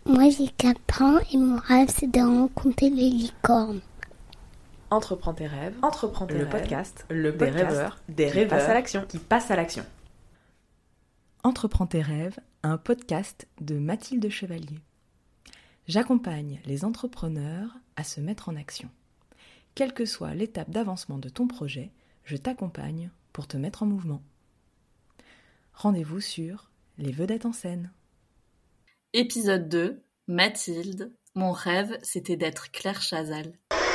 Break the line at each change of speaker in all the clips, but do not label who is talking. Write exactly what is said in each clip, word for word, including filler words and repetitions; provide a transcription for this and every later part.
Moi j'ai quatre ans et mon rêve c'est de rencontrer les licornes.
Entreprends tes rêves, Entreprends tes
le
rêves,
podcast,
le
des
podcast
rêveurs,
des
qui
rêveurs
passent à l'action.
qui passent à l'action.
Entreprends tes rêves, un podcast de Mathilde Chevalier. J'accompagne les entrepreneurs à se mettre en action. Quelle que soit l'étape d'avancement de ton projet, je t'accompagne pour te mettre en mouvement. Rendez-vous sur Les Vedettes en scène.
Épisode deux, Mathilde. Mon rêve, c'était d'être Claire Chazal.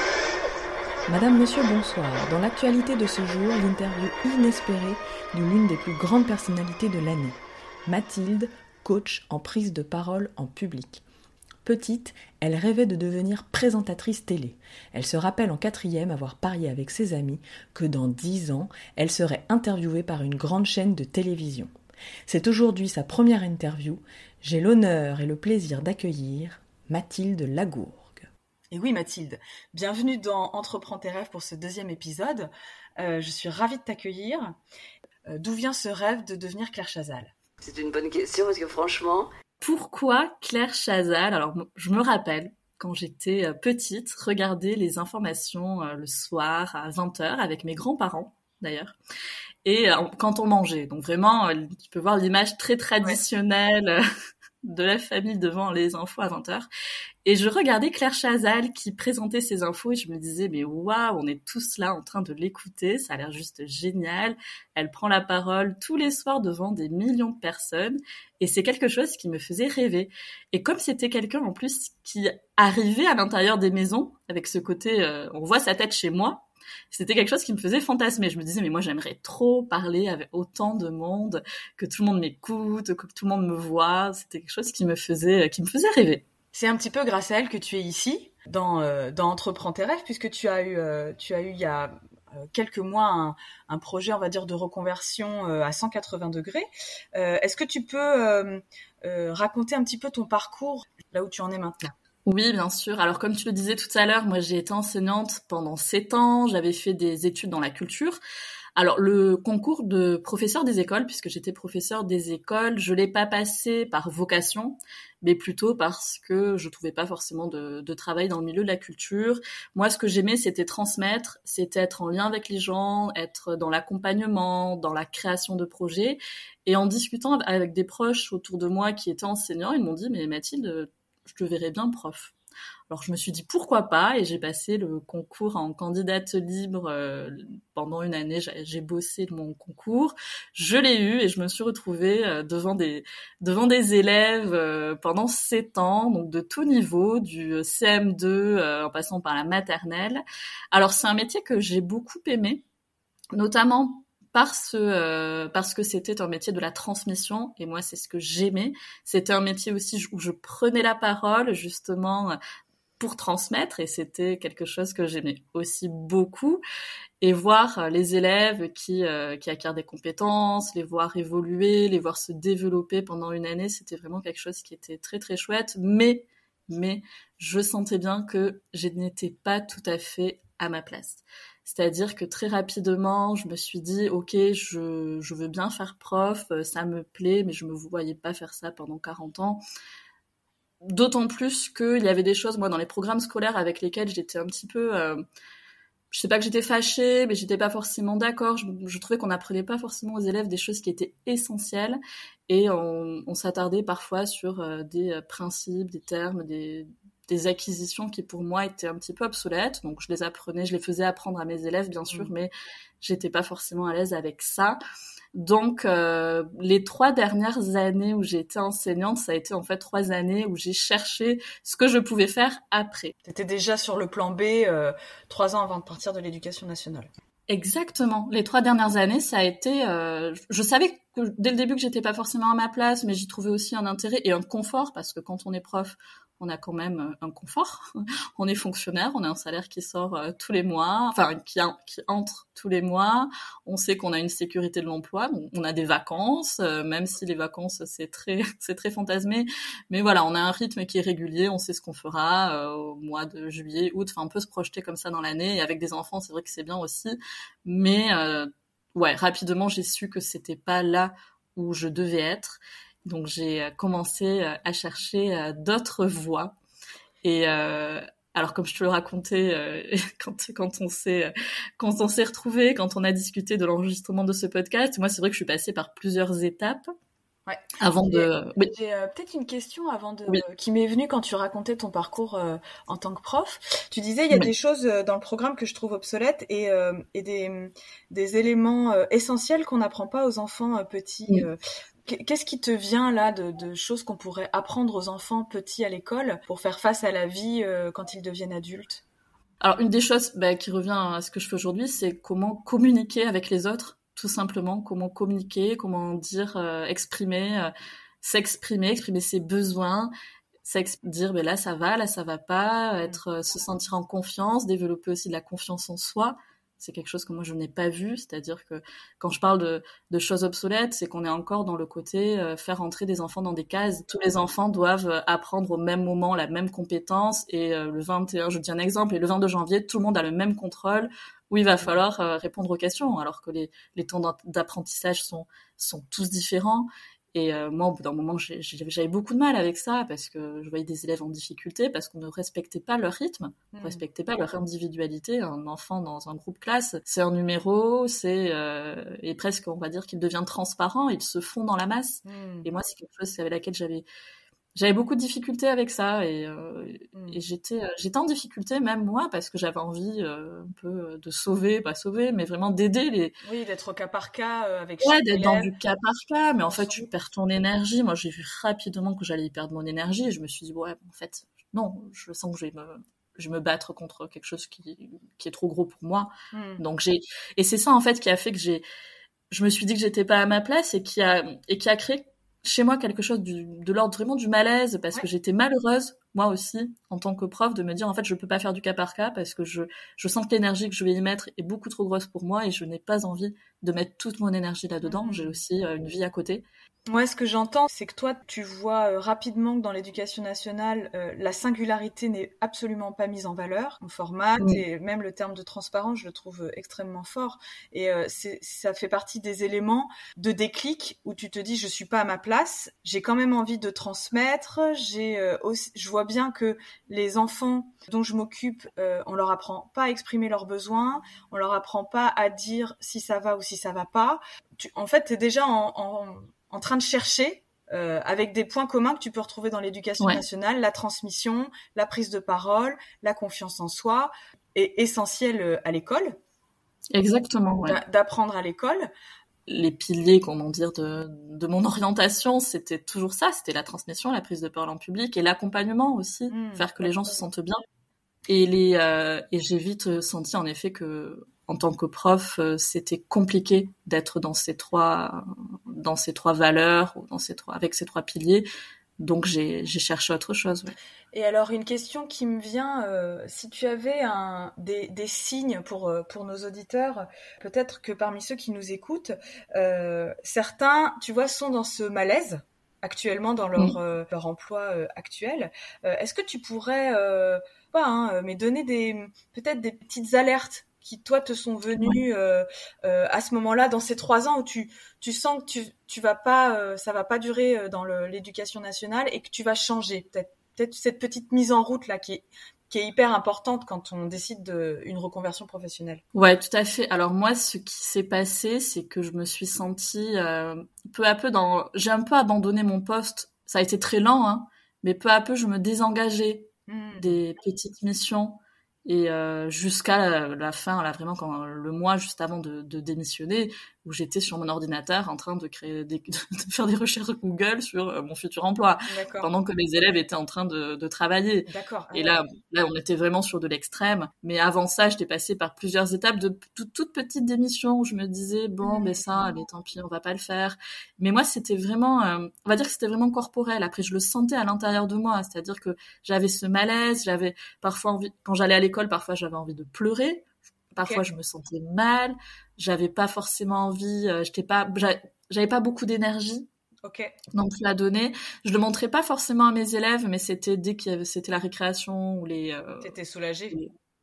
Madame, Monsieur, bonsoir. Dans l'actualité de ce jour, l'interview inespérée de l'une des plus grandes personnalités de l'année. Mathilde, coach en prise de parole en public. Petite, elle rêvait de devenir présentatrice télé. Elle se rappelle en quatrième avoir parié avec ses amis que dans dix ans, elle serait interviewée par une grande chaîne de télévision. C'est aujourd'hui sa première interview. J'ai l'honneur et le plaisir d'accueillir Mathilde Lagourgue.
Et oui Mathilde, bienvenue dans Entreprends tes rêves pour ce deuxième épisode. Euh, je suis ravie de t'accueillir. Euh, d'où vient ce rêve de devenir Claire Chazal ?
C'est une bonne question parce que franchement...
Pourquoi Claire Chazal ? Alors, je me rappelle, quand j'étais petite, regarder les informations le soir à vingt heures avec mes grands-parents, d'ailleurs, et quand on mangeait. Donc vraiment, tu peux voir l'image très traditionnelle ouais. de la famille devant les infos à vingt heures. Et je regardais Claire Chazal qui présentait ses infos et je me disais, mais waouh, on est tous là en train de l'écouter, ça a l'air juste génial. Elle prend la parole tous les soirs devant des millions de personnes et c'est quelque chose qui me faisait rêver. Et comme c'était quelqu'un en plus qui arrivait à l'intérieur des maisons, avec ce côté, euh, on voit sa tête chez moi, c'était quelque chose qui me faisait fantasmer. Je me disais, mais moi j'aimerais trop parler avec autant de monde, que tout le monde m'écoute, que tout le monde me voit. C'était quelque chose qui me faisait, qui me faisait rêver.
C'est un petit peu grâce à elle que tu es ici, dans, euh, dans Entreprends tes rêves, puisque tu as eu, euh, tu as eu il y a euh, quelques mois un, un projet, on va dire, de reconversion euh, à cent quatre-vingts degrés. Euh, est-ce que tu peux euh, euh, raconter un petit peu ton parcours, là où tu en es maintenant ?
Oui, bien sûr. Alors, comme tu le disais tout à l'heure, moi, j'ai été enseignante pendant sept ans. J'avais fait des études dans la culture. Alors, le concours de professeur des écoles, puisque j'étais professeur des écoles, je l'ai pas passé par vocation, mais plutôt parce que je trouvais pas forcément de, de travail dans le milieu de la culture. Moi, ce que j'aimais, c'était transmettre, c'était être en lien avec les gens, être dans l'accompagnement, dans la création de projets. Et en discutant avec des proches autour de moi qui étaient enseignants, ils m'ont dit, mais Mathilde, je te verrais bien prof. Alors je me suis dit pourquoi pas et j'ai passé le concours en candidate libre euh, pendant une année. J'ai, j'ai bossé mon concours, je l'ai eu et je me suis retrouvée euh, devant des devant des élèves euh, pendant sept ans, donc de tout niveau, du C M deux euh, en passant par la maternelle. Alors c'est un métier que j'ai beaucoup aimé, notamment parce euh, parce que c'était un métier de la transmission et moi c'est ce que j'aimais. C'était un métier aussi où je prenais la parole justement pour transmettre et c'était quelque chose que j'aimais aussi beaucoup. Et voir les élèves qui euh, qui acquièrent des compétences, les voir évoluer, les voir se développer pendant une année, c'était vraiment quelque chose qui était très très chouette. Mais mais je sentais bien que je n'étais pas tout à fait à ma place. C'est-à-dire que très rapidement, je me suis dit, ok, je, je veux bien faire prof, ça me plaît, mais je me voyais pas faire ça pendant quarante ans. D'autant plus qu'il y avait des choses, moi, dans les programmes scolaires avec lesquels j'étais un petit peu... Euh, je sais pas que j'étais fâchée, mais j'étais pas forcément d'accord. Je, je trouvais qu'on apprenait pas forcément aux élèves des choses qui étaient essentielles et on, on s'attardait parfois sur euh, des principes, des termes, des... des acquisitions qui pour moi étaient un petit peu obsolètes, donc je les apprenais, je les faisais apprendre à mes élèves bien sûr, mmh. mais j'étais pas forcément à l'aise avec ça. Donc euh, les trois dernières années où j'ai été enseignante, ça a été en fait trois années où j'ai cherché ce que je pouvais faire après.
T'étais déjà sur le plan B euh, trois ans avant de partir de l'éducation nationale.
Exactement. Les trois dernières années, ça a été... Euh, je savais que, dès le début que j'étais pas forcément à ma place, mais j'y trouvais aussi un intérêt et un confort, parce que quand on est prof, on a quand même un confort. On est fonctionnaire, on a un salaire qui sort euh, tous les mois, enfin qui, qui entre tous les mois. On sait qu'on a une sécurité de l'emploi, on a des vacances, euh, même si les vacances c'est très c'est très fantasmé. Mais voilà, on a un rythme qui est régulier, on sait ce qu'on fera euh, au mois de juillet, août. Enfin, on peut se projeter comme ça dans l'année. Et avec des enfants, c'est vrai que c'est bien aussi. Mais euh, ouais, rapidement, j'ai su que c'était pas là où je devais être. Donc j'ai commencé à chercher d'autres voies. Et euh, alors comme je te le racontais euh, quand quand on s'est quand on s'est retrouvés, quand on a discuté de l'enregistrement de ce podcast, moi c'est vrai que je suis passée par plusieurs étapes.
Ouais.
Avant
j'ai,
de oui.
J'ai euh, peut-être une question avant de
oui.
euh, qui m'est venue quand tu racontais ton parcours euh, en tant que prof. Tu disais il y a oui. des choses euh, dans le programme que je trouve obsolètes et euh, et des des éléments euh, essentiels qu'on n'apprend pas aux enfants euh, petits. Oui. Euh, Qu'est-ce qui te vient là de, de choses qu'on pourrait apprendre aux enfants petits à l'école pour faire face à la vie euh, quand ils deviennent adultes?
Alors une des choses bah, qui revient à ce que je fais aujourd'hui, c'est comment communiquer avec les autres, tout simplement. Comment communiquer, comment dire, euh, exprimer, euh, s'exprimer, exprimer ses besoins, dire ben là ça va, là ça va pas, être, euh, se sentir en confiance, développer aussi de la confiance en soi. C'est quelque chose que moi je n'ai pas vu, c'est-à-dire que quand je parle de, de choses obsolètes, c'est qu'on est encore dans le côté euh, faire entrer des enfants dans des cases. Tous les enfants doivent apprendre au même moment la même compétence et euh, le vingt et un, je dis un exemple, et le vingt-deux janvier, tout le monde a le même contrôle où il va falloir euh, répondre aux questions, alors que les, les temps d'apprentissage sont, sont tous différents. Et euh, moi, au bout d'un moment, j'ai, j'avais beaucoup de mal avec ça parce que je voyais des élèves en difficulté parce qu'on ne respectait pas leur rythme, on ne mmh. respectait pas leur individualité. Un enfant dans un groupe classe, c'est un numéro, c'est euh, et presque, on va dire, qu'il devient transparent, il se fond dans la masse. Mmh. Et moi, c'est quelque chose avec laquelle j'avais j'avais beaucoup de difficultés avec ça et, euh, mmh. et j'étais, euh, j'étais en difficulté même moi parce que j'avais envie euh, un peu de sauver, pas sauver, mais vraiment d'aider les...
Oui, d'être au cas par cas euh, avec
ouais,
chaque
d'être
élève.
dans du cas par cas, mais en fait tu perds ton énergie. Moi j'ai vu rapidement que j'allais y perdre mon énergie et je me suis dit ouais, en fait non, je sens que je vais me, je vais me battre contre quelque chose qui, qui est trop gros pour moi. Mmh. Donc j'ai... Et c'est ça en fait qui a fait que j'ai... Je me suis dit que j'étais pas à ma place et qui a, et qui a créé chez moi quelque chose du, de l'ordre vraiment du malaise parce ouais. que j'étais malheureuse moi aussi en tant que prof de me dire en fait je peux pas faire du cas par cas parce que je je sens que l'énergie que je vais y mettre est beaucoup trop grosse pour moi et je n'ai pas envie de mettre toute mon énergie là-dedans. Mmh. J'ai aussi euh, une vie à côté.
Moi, ce que j'entends, c'est que toi, tu vois euh, rapidement que dans l'éducation nationale, euh, la singularité n'est absolument pas mise en valeur. On formate mmh. et même le terme de transparence, je le trouve euh, extrêmement fort. Et euh, c'est, ça fait partie des éléments de déclic où tu te dis, je suis pas à ma place. J'ai quand même envie de transmettre. J'ai, euh, aussi, je vois bien que les enfants dont je m'occupe, euh, on leur apprend pas à exprimer leurs besoins. On leur apprend pas à dire si ça va ou si ça va pas. Tu, en fait, t'es déjà en, en en train de chercher euh, avec des points communs que tu peux retrouver dans l'éducation ouais. nationale, la transmission, la prise de parole, la confiance en soi, est essentielle à l'école.
Exactement, ouais.
D'apprendre à l'école.
Les piliers, comment dire, de, de mon orientation, c'était toujours ça, c'était la transmission, la prise de parole en public et l'accompagnement aussi, mmh, faire que les gens se sentent bien. Et, les, euh, et j'ai vite senti en effet que en tant que prof, c'était compliqué d'être dans ces trois, dans ces trois valeurs, ou dans ces trois, avec ces trois piliers. Donc j'ai, j'ai cherché autre chose. Ouais.
Et alors une question qui me vient, euh, si tu avais un, des, des signes pour pour nos auditeurs, peut-être que parmi ceux qui nous écoutent, euh, certains, tu vois, sont dans ce malaise actuellement dans leur mmh. euh, leur emploi euh, actuel. Euh, est-ce que tu pourrais, euh, pas, hein, mais donner des peut-être des petites alertes qui toi te sont venus euh, euh, à ce moment-là dans ces trois ans où tu tu sens que tu tu vas pas euh, ça va pas durer dans le, l'éducation nationale et que tu vas changer peut-être peut-être cette petite mise en route là qui est qui est hyper importante quand on décide de une reconversion professionnelle.
Ouais, tout à fait. Alors moi, ce qui s'est passé, c'est que je me suis sentie euh, peu à peu dans j'ai un peu abandonné mon poste. Ça a été très lent, hein, mais peu à peu je me désengageais mmh. des petites missions. Et euh, jusqu'à la, la fin, là vraiment quand le mois juste avant de, de démissionner, où j'étais sur mon ordinateur en train de créer des, de faire des recherches Google sur euh, mon futur emploi, D'accord. pendant que mes élèves étaient en train de, de travailler.
D'accord.
Et là, là, on était vraiment sur de l'extrême. Mais avant ça, j'étais passée par plusieurs étapes de toutes toute petites démissions où je me disais bon, mmh. ben ça, mais tant pis, on va pas le faire. Mais moi, c'était vraiment, euh, on va dire que c'était vraiment corporel. Après, je le sentais à l'intérieur de moi, c'est-à-dire que j'avais ce malaise, j'avais parfois envie, quand j'allais à l'école, parfois j'avais envie de pleurer. Parfois, okay. je me sentais mal. J'avais pas forcément envie. Euh, j'étais pas. J'avais, j'avais pas beaucoup d'énergie.
Ok.
Non plus à donner. Je le montrais pas forcément à mes élèves, mais c'était dès qu'il y avait, c'était la récréation ou les. Euh,
T'étais soulagée. Les...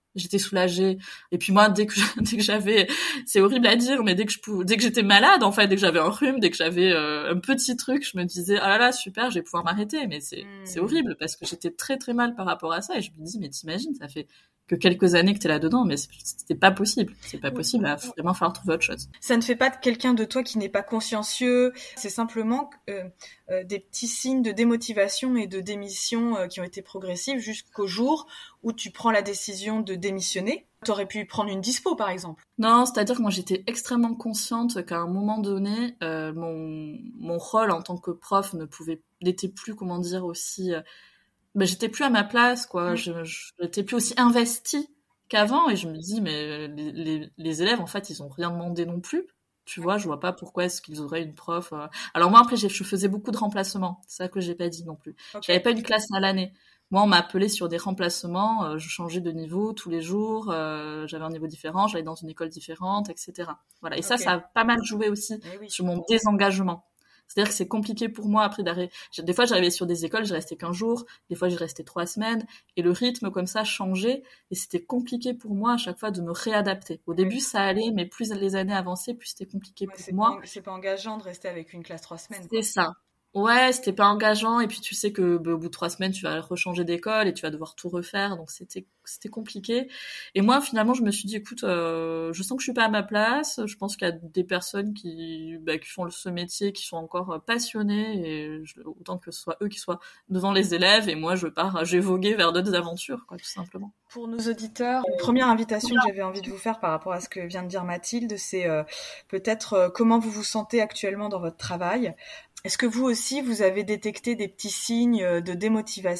J'étais soulagée. Et puis moi, dès que dès que j'avais, c'est horrible à dire, mais dès que je pouvais, dès que j'étais malade, en fait, dès que j'avais un rhume, dès que j'avais euh, un petit truc, je me disais ah là là super, je vais pouvoir m'arrêter. Mais c'est mmh. c'est horrible parce que j'étais très très mal par rapport à ça et je me dis mais t'imagines, ça fait que quelques années que t'es là-dedans, mais c'était pas possible. C'est pas possible, il va vraiment falloir trouver autre chose.
Ça ne fait pas de quelqu'un de toi qui n'est pas consciencieux, c'est simplement euh, euh, des petits signes de démotivation et de démission euh, qui ont été progressives jusqu'au jour où tu prends la décision de démissionner. T'aurais pu prendre une dispo, par exemple.
Non, c'est-à-dire que moi, j'étais extrêmement consciente qu'à un moment donné, euh, mon, mon rôle en tant que prof ne pouvait, n'était plus, comment dire, aussi... Euh, ben, j'étais plus à ma place, quoi. Mmh. Je, je, j'étais plus aussi investie qu'avant. Et je me dis, mais les, les, les élèves, en fait, ils ont rien demandé non plus. Tu vois, je vois pas pourquoi est-ce qu'ils auraient une prof. Euh... Alors moi, après, j'ai, je faisais beaucoup de remplacements. C'est ça que j'ai pas dit non plus. Okay. J'avais pas une classe à l'année. Moi, on m'a appelé sur des remplacements. Euh, je changeais de niveau tous les jours. Euh, j'avais un niveau différent. J'allais dans une école différente, et cetera. Voilà. Et okay. ça, ça a pas mal joué aussi oui. sur mon désengagement. C'est-à-dire que c'est compliqué pour moi après d'arriver. Des fois, j'arrivais sur des écoles, j'y restais quinze jours. Des fois, j'y restais trois semaines. Et le rythme, comme ça, changeait. Et c'était compliqué pour moi, à chaque fois, de me réadapter. Au début, ça allait, mais plus les années avançaient, plus c'était compliqué ouais, pour
c'est
moi.
Pas, c'est pas engageant de rester avec une classe trois semaines.
C'est ça. Ouais, c'était pas engageant. Et puis, tu sais que, bah, au bout de trois semaines, tu vas rechanger d'école et tu vas devoir tout refaire. Donc, c'était, c'était compliqué. Et moi, finalement, je me suis dit, écoute, euh, je sens que je suis pas à ma place. Je pense qu'il y a des personnes qui, bah, qui font ce métier, qui sont encore passionnées. Et je, autant que ce soit eux qui soient devant les élèves. Et moi, je pars, j'ai vogué vers d'autres aventures, quoi, tout simplement.
Pour nos auditeurs, une première invitation que j'avais envie de vous faire par rapport à ce que vient de dire Mathilde, c'est euh, peut-être euh, comment vous vous sentez actuellement dans votre travail. Est-ce que vous aussi, vous avez détecté des petits signes de démotivation ?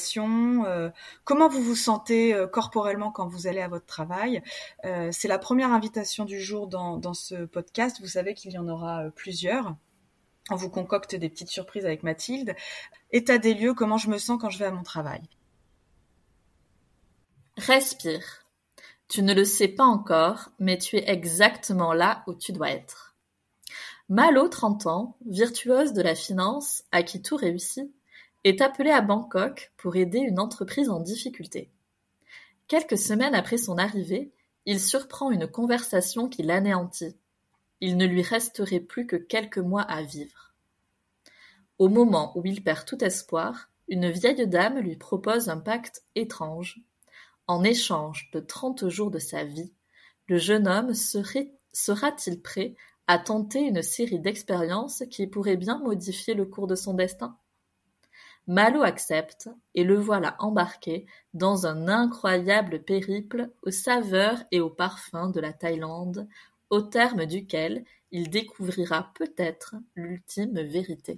euh, Comment vous vous sentez euh, corporellement quand vous allez à votre travail ? euh, C'est la première invitation du jour dans, dans ce podcast. Vous savez qu'il y en aura euh, plusieurs. On vous concocte des petites surprises avec Mathilde. État des lieux, comment je me sens quand je vais à mon travail ?
Respire. Tu ne le sais pas encore, mais tu es exactement là où tu dois être. Malo, trente ans, virtuose de la finance, à qui tout réussit, est appelé à Bangkok pour aider une entreprise en difficulté. Quelques semaines après son arrivée, il surprend une conversation qui l'anéantit. Il ne lui resterait plus que quelques mois à vivre. Au moment où il perd tout espoir, une vieille dame lui propose un pacte étrange. En échange de trente jours de sa vie, le jeune homme serait, sera-t-il prêt à tenter une série d'expériences qui pourraient bien modifier le cours de son destin ? Malo accepte et le voilà embarqué dans un incroyable périple aux saveurs et aux parfums de la Thaïlande, au terme duquel il découvrira peut-être l'ultime vérité.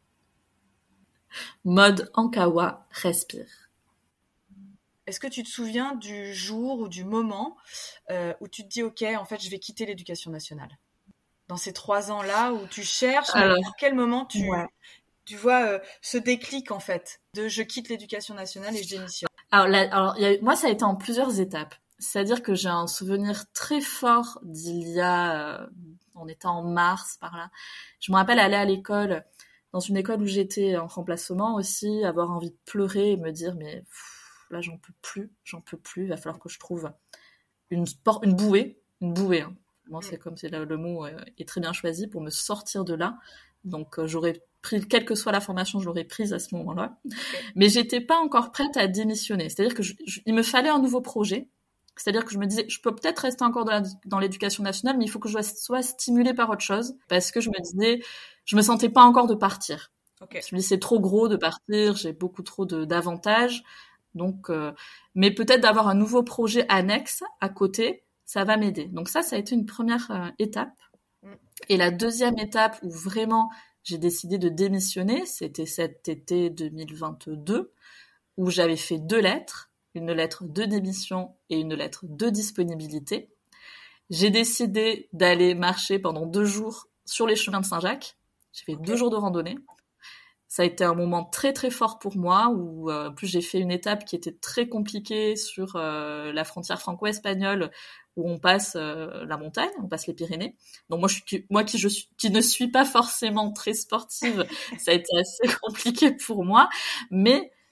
Mode Ankawa, respire.
Est-ce que tu te souviens du jour ou du moment euh, où tu te dis « Ok, en fait, je vais quitter l'éducation nationale » ? Dans ces trois ans-là où tu cherches, alors, à quel moment tu, ouais. tu vois euh, ce déclic, en fait, de « je quitte l'éducation nationale et je démissionne ».
Alors, là, alors y a, moi, ça a été en plusieurs étapes. C'est-à-dire que j'ai un souvenir très fort d'il y a... Euh, on était en mars, par là. Je me rappelle aller à l'école, dans une école où j'étais en remplacement aussi, avoir envie de pleurer et me dire « mais pff, là, j'en peux plus, j'en peux plus, il va falloir que je trouve une, sport, une bouée, une bouée, hein. » Moi, c'est comme si le, le mot est très bien choisi pour me sortir de là. Donc, euh, j'aurais pris, quelle que soit la formation, je l'aurais prise à ce moment-là. Okay. Mais j'étais pas encore prête à démissionner. C'est-à-dire que je, je, il me fallait un nouveau projet. C'est-à-dire que je me disais, je peux peut-être rester encore dans, la, dans l'éducation nationale, mais il faut que je sois stimulée par autre chose. Parce que je me disais, je me sentais pas encore de partir. Okay. Je me disais, c'est trop gros de partir, j'ai beaucoup trop de, d'avantages. Donc, euh, mais peut-être d'avoir un nouveau projet annexe à côté, ça va m'aider. Donc ça, ça a été une première euh, étape. Et la deuxième étape où vraiment j'ai décidé de démissionner, c'était cet été deux mille vingt-deux, où j'avais fait deux lettres, une lettre de démission et une lettre de disponibilité. J'ai décidé d'aller marcher pendant deux jours sur les chemins de Saint-Jacques. J'ai fait okay. deux jours de randonnée. Ça a été un moment très très fort pour moi où euh, en plus j'ai fait une étape qui était très compliquée sur euh, la frontière franco-espagnole où on passe euh, la montagne, on passe les Pyrénées. Donc moi je suis moi qui je suis qui ne suis pas forcément très sportive, ça a été assez compliqué pour moi, mais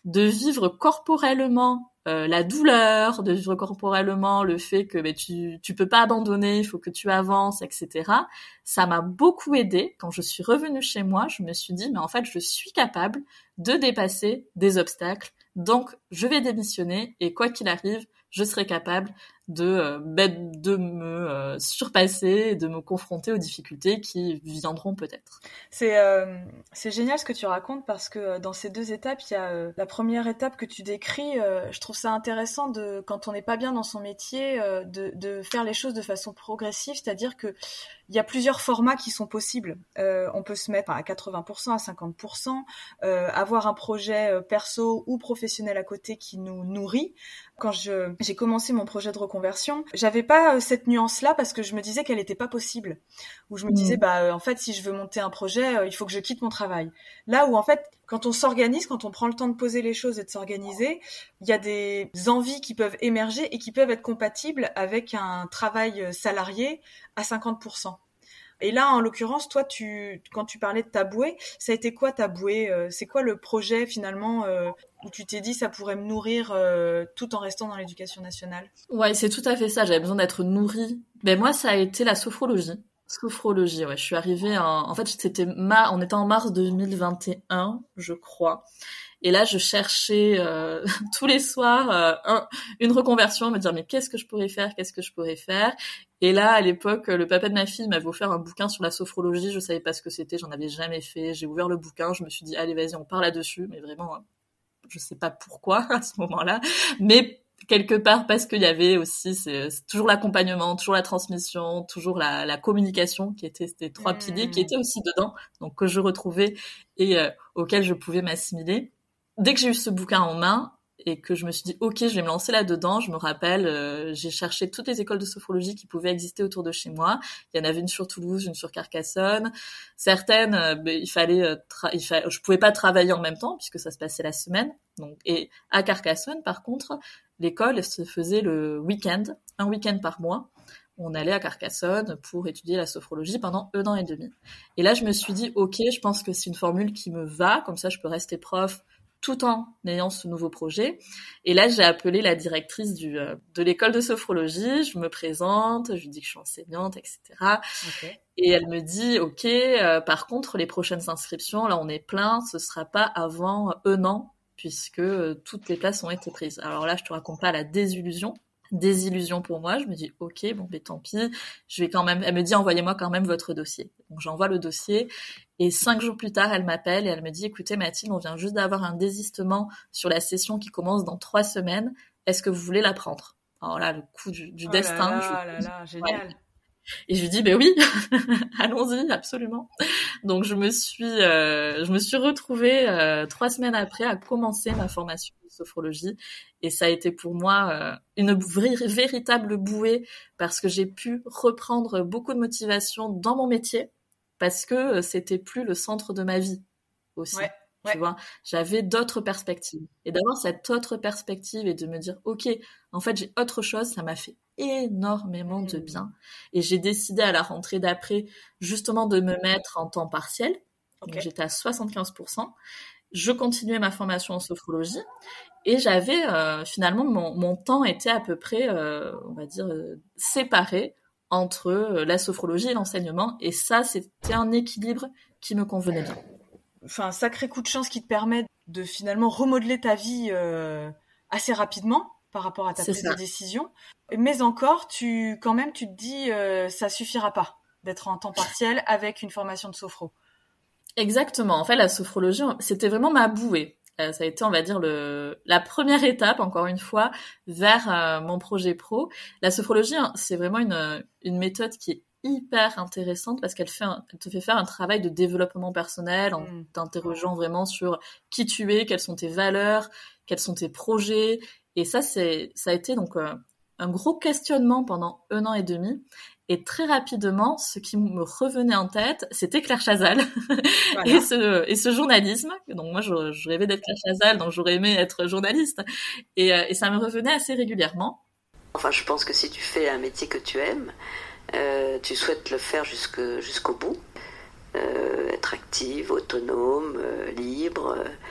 de vivre corporellement euh, la douleur, de vivre corporellement le fait que ben, tu tu peux pas abandonner, il faut que tu avances, et cetera. Ça m'a beaucoup aidée. Quand je suis revenue chez moi, je me suis dit, mais en fait, je suis capable de dépasser des obstacles. Donc, je vais démissionner et quoi qu'il arrive, je serai capable de euh, ben, de me euh, surpasser et de me confronter aux difficultés qui viendront peut-être.
C'est euh, c'est génial ce que tu racontes parce que euh, dans ces deux étapes, il y a euh, la première étape que tu décris. Euh, je trouve ça intéressant de quand on n'est pas bien dans son métier, euh, de de faire les choses de façon progressive, c'est-à-dire que il y a plusieurs formats qui sont possibles. Euh, on peut se mettre à quatre-vingts pour cent, à cinquante pour cent, euh, avoir un projet euh, perso ou professionnel à côté qui nous nourrit. Quand je, j'ai commencé mon projet de reconversion, j'avais pas euh, cette nuance-là parce que je me disais qu'elle était pas possible. Où je me disais, mmh. bah, euh, en fait, si je veux monter un projet, euh, il faut que je quitte mon travail. Là où, en fait, quand on s'organise, quand on prend le temps de poser les choses et de s'organiser, il y a des envies qui peuvent émerger et qui peuvent être compatibles avec un travail salarié à cinquante pour cent. Et là, en l'occurrence, toi, tu, quand tu parlais de ta bouée, ça a été quoi ta bouée ? C'est quoi le projet finalement euh, où tu t'es dit ça pourrait me nourrir euh, tout en restant dans l'éducation nationale ?
Ouais, c'est tout à fait ça. J'avais besoin d'être nourrie. Ben moi, ça a été la sophrologie. Sophrologie, ouais. Je suis arrivée en, en fait, c'était ma, on était en mars deux mille vingt et un, je crois. Et là, je cherchais euh, tous les soirs euh, un, une reconversion, me dire mais qu'est-ce que je pourrais faire, qu'est-ce que je pourrais faire. Et là, à l'époque, le papa de ma fille m'avait offert un bouquin sur la sophrologie. Je savais pas ce que c'était, j'en avais jamais fait. J'ai ouvert le bouquin, je me suis dit allez vas-y, on part là-dessus. Mais vraiment, hein, je sais pas pourquoi à ce moment-là, mais quelque part parce qu'il y avait aussi c'est, c'est toujours l'accompagnement, toujours la transmission, toujours la, la communication qui étaient ces trois mmh. piliers qui étaient aussi dedans, donc que je retrouvais et euh, auxquels je pouvais m'assimiler. Dès que j'ai eu ce bouquin en main et que je me suis dit ok, je vais me lancer là-dedans, je me rappelle, euh, j'ai cherché toutes les écoles de sophrologie qui pouvaient exister autour de chez moi. Il y en avait une sur Toulouse, une sur Carcassonne. Certaines, euh, ben, il fallait, euh, tra- il fallait, je pouvais pas travailler en même temps puisque ça se passait la semaine. Donc et à Carcassonne, par contre, l'école se faisait le week-end, un week-end par mois. On allait à Carcassonne pour étudier la sophrologie pendant un an et demi. Et là, je me suis dit ok, je pense que c'est une formule qui me va, comme ça, je peux rester prof tout en ayant ce nouveau projet. Et là, j'ai appelé la directrice du, euh, de l'école de sophrologie, je me présente, je lui dis que je suis enseignante, et cetera. Okay. Et elle me dit, ok, euh, par contre, les prochaines inscriptions, là, on est plein, ce sera pas avant un an, puisque euh, toutes les places ont été prises. Alors là, je te raconte pas la désillusion. Désillusion pour moi, je me dis ok, bon ben tant pis, je vais quand même, elle me dit envoyez-moi quand même votre dossier. Donc j'envoie le dossier et cinq jours plus tard elle m'appelle et elle me dit écoutez Mathilde, on vient juste d'avoir un désistement sur la session qui commence dans trois semaines, est-ce que vous voulez la prendre? Alors là le coup du, du
oh
destin.
Là là, je... là là, génial.
Ouais. Et je lui dis ben oui, allons-y absolument. Donc je me suis, euh, je me suis retrouvée euh, trois semaines après à commencer ma formation de sophrologie et ça a été pour moi euh, une v- véritable bouée parce que j'ai pu reprendre beaucoup de motivation dans mon métier parce que euh, c'était plus le centre de ma vie aussi. Ouais. Tu ouais. vois, j'avais d'autres perspectives. Et d'avoir cette autre perspective et de me dire, ok, en fait, j'ai autre chose, ça m'a fait énormément de bien. Et j'ai décidé à la rentrée d'après, justement, de me mettre en temps partiel. Okay. Donc, j'étais à soixante-quinze pour cent. Je continuais ma formation en sophrologie. Et j'avais, euh, finalement, mon, mon temps était à peu près, euh, on va dire, euh, séparé entre euh, la sophrologie et l'enseignement. Et ça, c'était un équilibre qui me convenait bien.
Enfin, un sacré coup de chance qui te permet de finalement remodeler ta vie euh, assez rapidement par rapport à ta
C'est
prise
ça.
de décision. Mais encore, tu, quand même, tu te dis, euh, ça suffira pas d'être en temps partiel avec une formation de sophro.
Exactement. En fait, la sophrologie, c'était vraiment ma bouée. Euh, ça a été, on va dire, le, la première étape, encore une fois, vers euh, mon projet pro. La sophrologie, hein, c'est vraiment une, une méthode qui est hyper intéressante parce qu'elle fait un, elle te fait faire un travail de développement personnel en mmh. t'interrogeant vraiment sur qui tu es, quelles sont tes valeurs, quels sont tes projets. Et ça, c'est, ça a été donc euh, un gros questionnement pendant un an et demi. Et très rapidement, ce qui me revenait en tête, c'était Claire Chazal voilà. et, ce, et ce journalisme. Donc moi, je, je rêvais d'être Claire Chazal, donc j'aurais aimé être journaliste. Et, euh, et ça me revenait assez régulièrement.
Enfin, je pense que si tu fais un métier que tu aimes, Euh, tu souhaites le faire jusque, jusqu'au bout, euh, être active, autonome, euh, libre,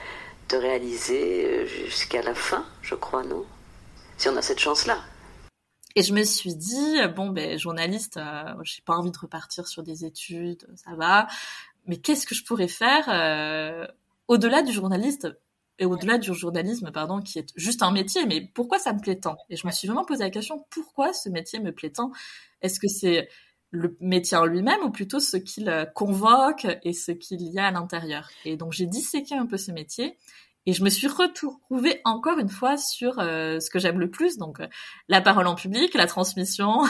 te réaliser jusqu'à la fin, je crois, non ? Si on a cette chance-là.
Et je me suis dit, bon, ben, journaliste, euh, j'ai pas envie de repartir sur des études, ça va. Mais qu'est-ce que je pourrais faire euh, au-delà du journaliste et au-delà du journalisme, pardon, qui est juste un métier, mais pourquoi ça me plaît tant ? Et je me suis vraiment posé la question, pourquoi ce métier me plaît tant ? Est-ce que c'est le métier en lui-même ou plutôt ce qu'il convoque et ce qu'il y a à l'intérieur ? Et donc, j'ai disséqué un peu ce métier. Et je me suis retrouvée encore une fois sur euh, ce que j'aime le plus, donc euh, la parole en public, la transmission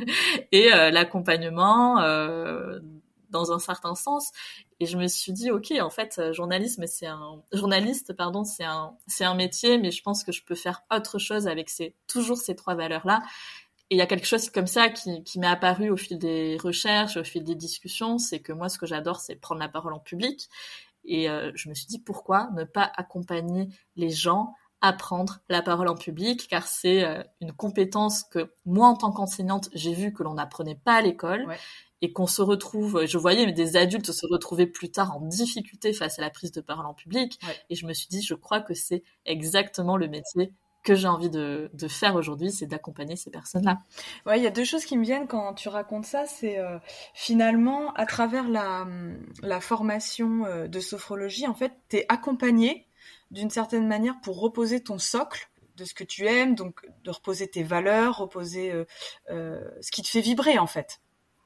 et euh, l'accompagnement euh, dans un certain sens. Et je me suis dit, ok, en fait, journalisme, c'est un journaliste, pardon, c'est un c'est un métier, mais je pense que je peux faire autre chose avec ces toujours ces trois valeurs-là. Et il y a quelque chose comme ça qui qui m'est apparu au fil des recherches, au fil des discussions, c'est que moi, ce que j'adore, c'est prendre la parole en public. Et euh, je me suis dit, pourquoi ne pas accompagner les gens à prendre la parole en public, car c'est euh, une compétence que moi, en tant qu'enseignante, j'ai vu que l'on n'apprenait pas à l'école, ouais. Et qu'on se retrouve, je voyais des adultes se retrouver plus tard en difficulté face à la prise de parole en public, ouais. Et je me suis dit, je crois que c'est exactement le métier que j'ai envie de, de faire aujourd'hui, c'est d'accompagner ces personnes-là.
Ouais, il y a deux choses qui me viennent quand tu racontes ça, c'est euh, finalement, à travers la, la formation euh, de sophrologie, en fait, t'es accompagné d'une certaine manière pour reposer ton socle de ce que tu aimes, donc de reposer tes valeurs, reposer euh, euh, ce qui te fait vibrer, en fait.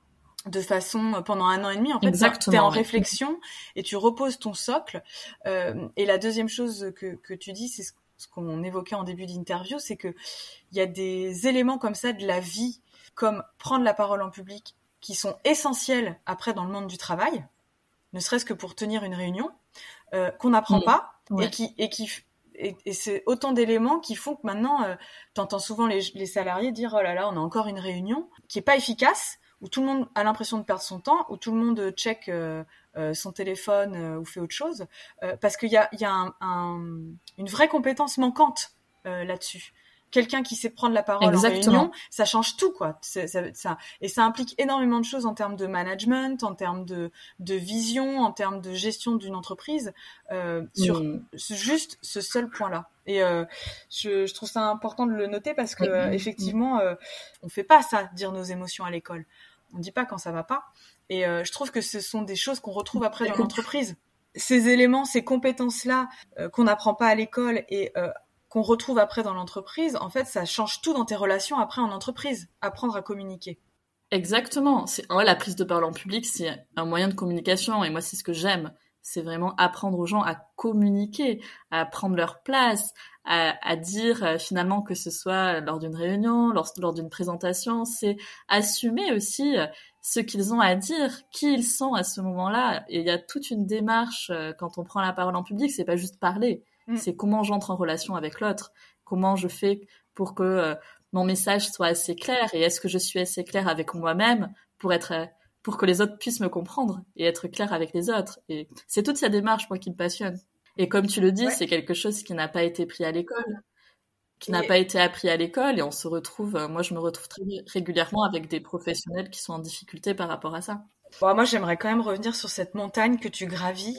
De façon, pendant un an et demi, en fait,
exactement,
t'es en
ouais.
réflexion et tu reposes ton socle. Euh, et la deuxième chose que, que tu dis, c'est ce ce qu'on évoquait en début d'interview, c'est que il y a des éléments comme ça de la vie, comme prendre la parole en public, qui sont essentiels après dans le monde du travail, ne serait-ce que pour tenir une réunion, euh, qu'on n'apprend mmh. pas, ouais. et qui et qui et, et c'est autant d'éléments qui font que maintenant, euh, t'entends souvent les, les salariés dire oh là là, on a encore une réunion qui est pas efficace, où tout le monde a l'impression de perdre son temps, où tout le monde check euh, euh, son téléphone euh, ou fait autre chose, euh, parce qu'il y a, il y a un, un, une vraie compétence manquante euh, là-dessus. Quelqu'un qui sait prendre la parole
exactement.
En réunion, ça change tout, quoi. C'est, ça, ça, et ça implique énormément de choses en termes de management, en termes de, de vision, en termes de gestion d'une entreprise, euh, sur mmh. juste ce seul point-là. Et euh, je, je trouve ça important de le noter parce que mmh. effectivement, euh, on fait pas ça, dire nos émotions à l'école. On dit pas quand ça va pas. Et euh, je trouve que ce sont des choses qu'on retrouve après dans l'entreprise. Ces éléments, ces compétences-là euh, qu'on n'apprend pas à l'école et euh, qu'on retrouve après dans l'entreprise, en fait, ça change tout dans tes relations après en entreprise. Apprendre à communiquer.
Exactement. C'est, ouais, la prise de parole en public, c'est un moyen de communication. Et moi, c'est ce que j'aime. C'est vraiment apprendre aux gens à communiquer, à prendre leur place, à, à dire euh, finalement que ce soit lors d'une réunion, lors, lors d'une présentation, c'est assumer aussi euh, ce qu'ils ont à dire, qui ils sont à ce moment-là. Et il y a toute une démarche euh, quand on prend la parole en public, c'est pas juste parler, mmh. c'est comment j'entre en relation avec l'autre, comment je fais pour que euh, mon message soit assez clair et est-ce que je suis assez claire avec moi-même pour être... Euh, pour que les autres puissent me comprendre et être clair avec les autres. Et c'est toute cette démarche, moi, qui me passionne. Et comme tu le dis, ouais. c'est quelque chose qui n'a pas été pris à l'école, qui et... n'a pas été appris à l'école, et on se retrouve, moi, je me retrouve très régulièrement avec des professionnels qui sont en difficulté par rapport à ça.
Bon, moi, j'aimerais quand même revenir sur cette montagne que tu gravis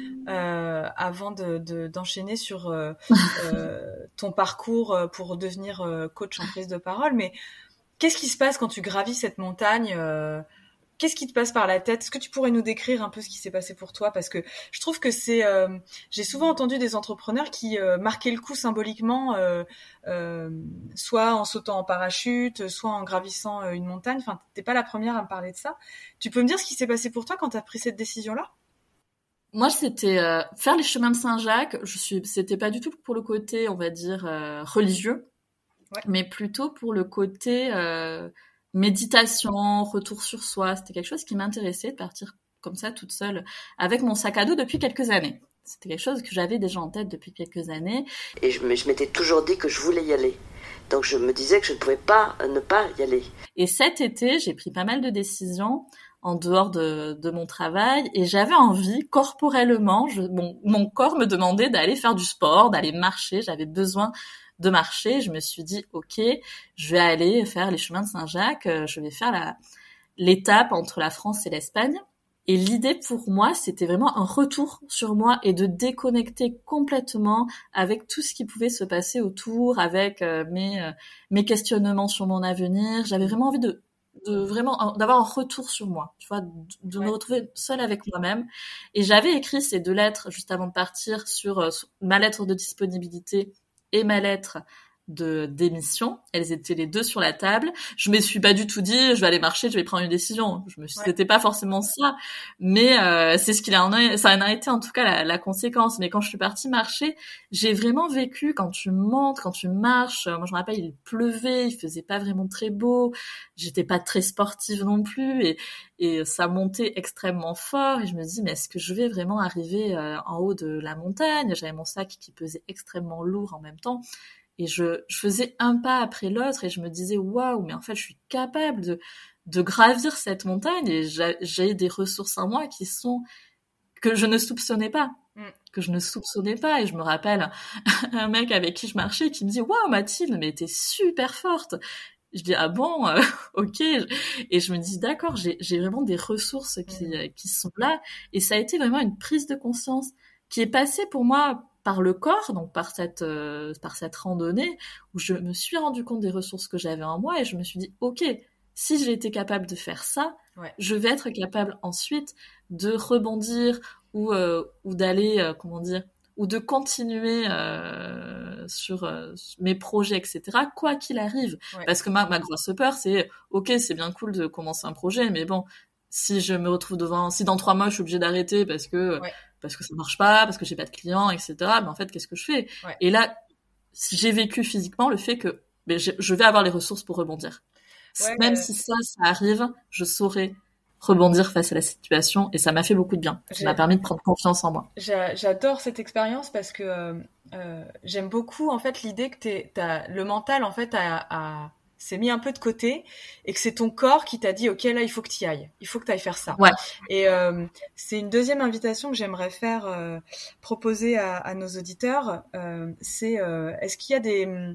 euh, avant de, de, d'enchaîner sur euh, euh, ton parcours pour devenir euh, coach en prise de parole. Mais qu'est-ce qui se passe quand tu gravis cette montagne euh, Qu'est-ce qui te passe par la tête ? Est-ce que tu pourrais nous décrire un peu ce qui s'est passé pour toi ? Parce que je trouve que c'est... Euh, j'ai souvent entendu des entrepreneurs qui euh, marquaient le coup symboliquement, euh, euh, soit en sautant en parachute, soit en gravissant euh, une montagne. Enfin, t'es pas la première à me parler de ça. Tu peux me dire ce qui s'est passé pour toi quand t'as pris cette décision-là ?
Moi, c'était euh, faire les chemins de Saint-Jacques. Je suis, c'était pas du tout pour le côté, on va dire, euh, religieux, ouais. mais plutôt pour le côté... Euh, méditation, retour sur soi, c'était quelque chose qui m'intéressait de partir comme ça toute seule avec mon sac à dos depuis quelques années. C'était quelque chose que j'avais déjà en tête depuis quelques années.
Et je, je m'étais toujours dit que je voulais y aller. Donc je me disais que je ne pouvais pas ne pas y aller.
Et cet été, j'ai pris pas mal de décisions en dehors de, de mon travail et j'avais envie, corporellement, je, mon, mon corps me demandait d'aller faire du sport, d'aller marcher, j'avais besoin de marcher, je me suis dit ok, je vais aller faire les chemins de Saint-Jacques, je vais faire la l'étape entre la France et l'Espagne Et l'idée pour moi, c'était vraiment un retour sur moi et de déconnecter complètement avec tout ce qui pouvait se passer autour, avec euh, mes euh, mes questionnements sur mon avenir. J'avais vraiment envie de de vraiment d'avoir un retour sur moi, tu vois, de, de ouais. me retrouver seule avec moi-même. Et j'avais écrit ces deux lettres juste avant de partir sur, euh, sur ma lettre de disponibilité et ma lettre de démission. Elles étaient les deux sur la table. Je me suis pas du tout dit je vais aller marcher, je vais prendre une décision. Je me suis, ouais. c'était pas forcément ça, mais euh, c'est ce qu'il en a, ça en a été en tout cas la, la conséquence. Mais quand je suis partie marcher, j'ai vraiment vécu quand tu montes, quand tu marches. Moi je me rappelle, il pleuvait, il faisait pas vraiment très beau. J'étais pas très sportive non plus et et ça montait extrêmement fort. Et je me dis mais est-ce que je vais vraiment arriver euh, en haut de la montagne? J'avais mon sac qui pesait extrêmement lourd en même temps. Et je, je faisais un pas après l'autre et je me disais waouh, mais en fait je suis capable de de gravir cette montagne et j'ai, j'ai des ressources en moi qui sont que je ne soupçonnais pas, mm. que je ne soupçonnais pas. Et je me rappelle un mec avec qui je marchais qui me dit waouh Mathilde, mais t'es super forte. Je dis ah bon, euh, ok. Et je me dis d'accord, j'ai j'ai vraiment des ressources qui mm. qui sont là. Et ça a été vraiment une prise de conscience qui est passée pour moi par le corps, donc par cette euh, par cette randonnée où je me suis rendu compte des ressources que j'avais en moi et je me suis dit ok, si j'ai été capable de faire ça, ouais. je vais être capable ensuite de rebondir ou euh, ou d'aller euh, comment dire ou de continuer euh, sur euh, mes projets, et cetera. Quoi qu'il arrive, ouais. parce que ma ma grosse peur c'est ok, c'est bien cool de commencer un projet, mais bon, si je me retrouve devant, si dans trois mois je suis obligée d'arrêter parce que ouais. parce que ça marche pas, parce que j'ai pas de clients, et cetera. Mais en fait, qu'est-ce que je fais? Ouais. Et là, j'ai vécu physiquement le fait que ben, je vais avoir les ressources pour rebondir. Ouais, Même euh... si ça, ça arrive, je saurai rebondir face à la situation et ça m'a fait beaucoup de bien. Ça j'ai... m'a permis de prendre confiance en moi.
J'adore cette expérience parce que euh, euh, j'aime beaucoup en fait l'idée que t'es, t'as, le mental en fait a, a... s'est mis un peu de côté et que c'est ton corps qui t'a dit ok là il faut que t'y ailles, il faut que t'ailles faire ça.
Ouais.
Et euh, c'est une deuxième invitation que j'aimerais faire euh, proposer à, à nos auditeurs. Euh, c'est euh, est-ce qu'il y a des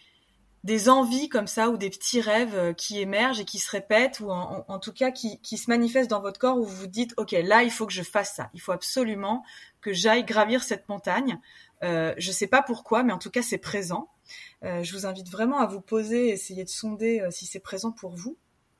des envies comme ça ou des petits rêves qui émergent et qui se répètent ou en, en, en tout cas qui, qui se manifestent dans votre corps où vous vous dites ok là il faut que je fasse ça, il faut absolument que j'aille gravir cette montagne. Euh, je sais pas pourquoi mais en tout cas c'est présent. Euh, je vous invite vraiment à vous poser, essayer de sonder euh, si c'est présent pour vous.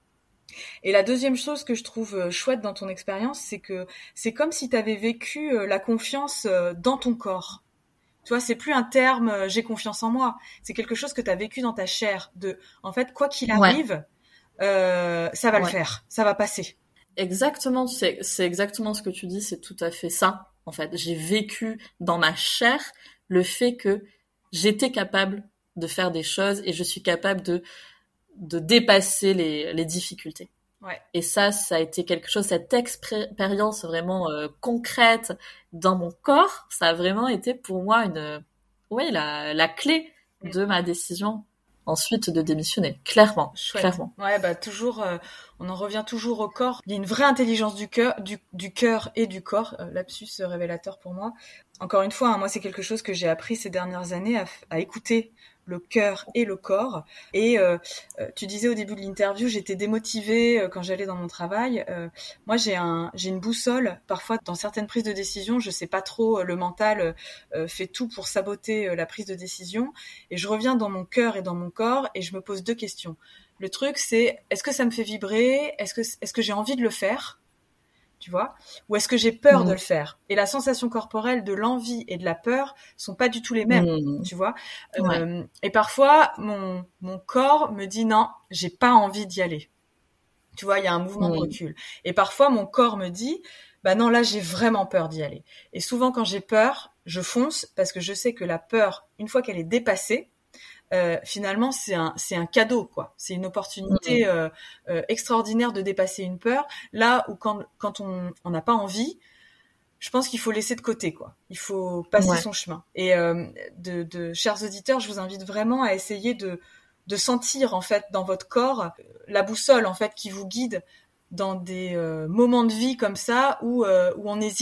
Et la deuxième chose que je trouve euh, chouette dans ton expérience, c'est que c'est comme si tu avais vécu euh, la confiance euh, dans ton corps. Tu vois, c'est plus un terme euh, « j'ai confiance en moi », c'est quelque chose que tu as vécu dans ta chair. De, en fait, quoi qu'il arrive, ouais. euh, ça va ouais. le faire, ça va passer.
Exactement, c'est, c'est exactement ce que tu dis, c'est tout à fait ça. En fait, j'ai vécu dans ma chair le fait que j'étais capable de faire des choses et je suis capable de de dépasser les les difficultés.
Ouais.
Et ça, ça a été quelque chose, cette expérience vraiment euh, concrète dans mon corps, ça a vraiment été pour moi une, oui, la la clé de ma décision ensuite de démissionner, clairement,
Chouette.
clairement.
Ouais, bah toujours, euh, on en revient toujours au corps. Il y a une vraie intelligence du cœur, du du cœur et du corps. Euh, lapsus révélateur pour moi. Encore une fois, hein, moi c'est quelque chose que j'ai appris ces dernières années à, à écouter le cœur et le corps. Et euh, tu disais au début de l'interview, j'étais démotivée euh, quand j'allais dans mon travail. Euh, moi, j'ai un, j'ai une boussole. Parfois, dans certaines prises de décision, je sais pas trop. Le mental euh, fait tout pour saboter euh, la prise de décision. Et je reviens dans mon cœur et dans mon corps et je me pose deux questions. Le truc, c'est est-ce que ça me fait vibrer ? Est-ce que, est-ce que j'ai envie de le faire ? Tu vois ? Ou est-ce que j'ai peur mmh. de le faire ? Et la sensation corporelle de l'envie et de la peur sont pas du tout les mêmes, mmh. tu vois ?
Ouais.
Euh, et parfois, mon, mon corps me dit non, j'ai pas envie d'y aller. Tu vois, il y a un mouvement mmh. de recul. Et parfois, mon corps me dit, bah non, là, j'ai vraiment peur d'y aller. Et souvent, quand j'ai peur, je fonce parce que je sais que la peur, une fois qu'elle est dépassée, Euh, finalement c'est un c'est un cadeau quoi, c'est une opportunité euh, euh, extraordinaire de dépasser une peur là où quand quand on on n'a pas envie, je pense qu'il faut laisser de côté quoi, il faut passer ouais. son chemin. Et euh, de de chers auditeurs, je vous invite vraiment à essayer de de sentir en fait dans votre corps la boussole en fait qui vous guide dans des euh, moments de vie comme ça où euh, où on hésite,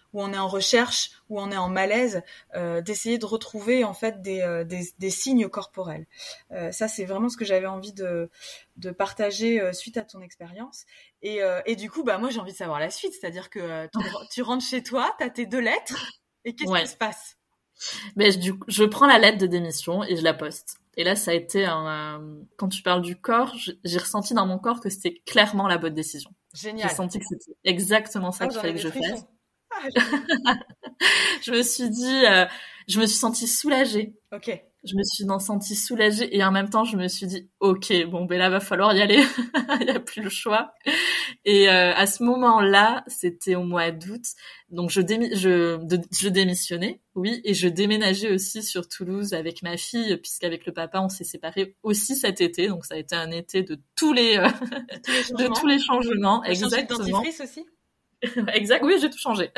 où on est en recherche, où on est en malaise, euh, d'essayer de retrouver en fait des, euh, des, des signes corporels. Euh, ça, c'est vraiment ce que j'avais envie de, de partager euh, suite à ton expérience. Et, euh, et du coup, bah moi, j'ai envie de savoir la suite, c'est-à-dire que euh, tu, tu rentres chez toi, t'as tes deux lettres, et qu'est-ce
Ouais.
qui se passe?
Mais du coup, je prends la lettre de démission et je la poste. Et là, ça a été un... euh, Quand tu parles du corps, j'ai ressenti dans mon corps que c'était clairement la bonne décision.
Génial.
J'ai senti que c'était exactement ça
Ah,
qu'il
j'en
fallait
ai
que je
des frissons.
fasse.
Ah,
Je me suis dit, euh, je me suis sentie soulagée.
ok.
Je me suis sentie soulagée et en même temps, je me suis dit, ok, bon, ben là, va falloir y aller. Il n'y a plus le choix. Et euh, à ce moment-là, c'était au mois d'août. Donc, je, démi- je, de, je démissionnais, oui, et je déménageais aussi sur Toulouse avec ma fille, puisqu'avec le papa, on s'est séparés aussi cet été. Donc, ça a été un été de tous les, euh,
De tous les changements.
de tous les changements.
T'as changé de
Exactement.
dentifrice aussi?
Exact. Oui, j'ai tout changé.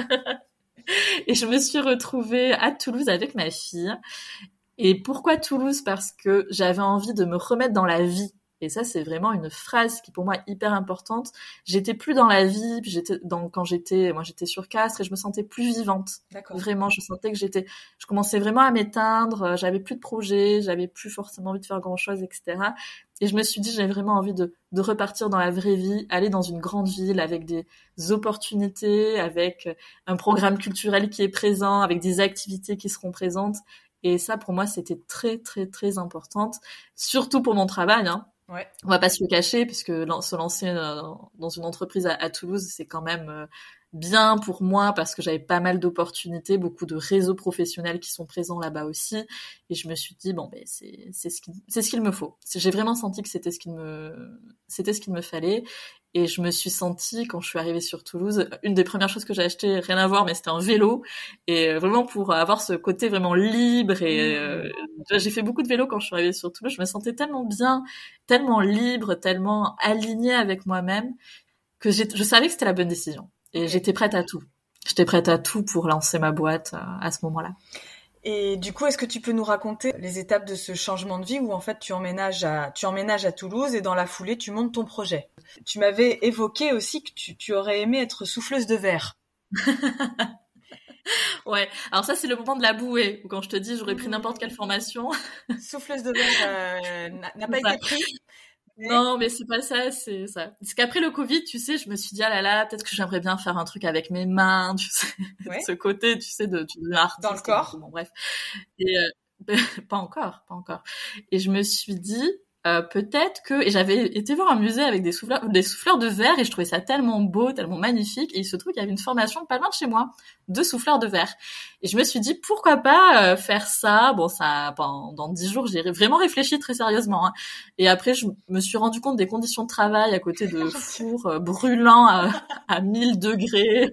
Et je me suis retrouvée à Toulouse avec ma fille. Et pourquoi Toulouse? Parce que j'avais envie de me remettre dans la vie. Et ça, c'est vraiment une phrase qui pour moi est hyper importante. J'étais plus dans la vie, puis j'étais dans quand j'étais, moi j'étais sur Castres et je me sentais plus vivante.
D'accord.
Vraiment, je sentais que j'étais, je commençais vraiment à m'éteindre. J'avais plus de projets, j'avais plus forcément envie de faire grand chose, et cetera. Et je me suis dit, j'ai vraiment envie de, de repartir dans la vraie vie, aller dans une grande ville avec des opportunités, avec un programme culturel qui est présent, avec des activités qui seront présentes. Et ça, pour moi, c'était très, très, très importante, surtout pour mon travail, hein.
Ouais.
On va pas se le cacher, puisque se lancer dans une entreprise à, à Toulouse, c'est quand même bien pour moi, parce que j'avais pas mal d'opportunités, beaucoup de réseaux professionnels qui sont présents là-bas aussi. Et je me suis dit, bon, ben, c'est, c'est ce qu'il, c'est ce qu'il me faut. J'ai vraiment senti que c'était ce qu'il me, c'était ce qu'il me fallait. Et je me suis sentie, quand je suis arrivée sur Toulouse, une des premières choses que j'ai achetées, rien à voir, mais c'était un vélo. Et vraiment pour avoir ce côté vraiment libre. Et euh, j'ai fait beaucoup de vélo quand je suis arrivée sur Toulouse. Je me sentais tellement bien, tellement libre, tellement alignée avec moi-même, que j'ai, je savais que c'était la bonne décision. Et okay. J'étais prête à tout. J'étais prête à tout pour lancer ma boîte à, à ce moment-là.
Et du coup, est-ce que tu peux nous raconter les étapes de ce changement de vie où en fait tu emménages à, tu emménages à Toulouse et dans la foulée tu montes ton projet? Tu m'avais évoqué aussi que tu, tu aurais aimé être souffleuse de verre.
Ouais, alors ça c'est le moment de la bouée, où quand je te dis j'aurais pris n'importe quelle formation.
Souffleuse de verre euh, n'a, n'a pas été pris.
Mais... Non, mais c'est pas ça, c'est ça. Parce qu'après le Covid, tu sais, je me suis dit, ah là là, peut-être que j'aimerais bien faire un truc avec mes mains, tu sais, ouais. Ce côté, tu sais, de, de l'artiste.
Dans le corps.
Bon, bref. Et, euh, pas encore, pas encore. Et je me suis dit, euh, peut-être que, et j'avais été voir un musée avec des souffleurs, des souffleurs de verre, et je trouvais ça tellement beau, tellement magnifique, et il se trouve qu'il y avait une formation pas loin de chez moi, de souffleurs de verre. Et je me suis dit, pourquoi pas euh, faire ça? Bon, ça, pendant dix jours, j'ai vraiment réfléchi très sérieusement, hein. Et après, je me suis rendu compte des conditions de travail à côté de fours euh, brûlants à, à mille degrés.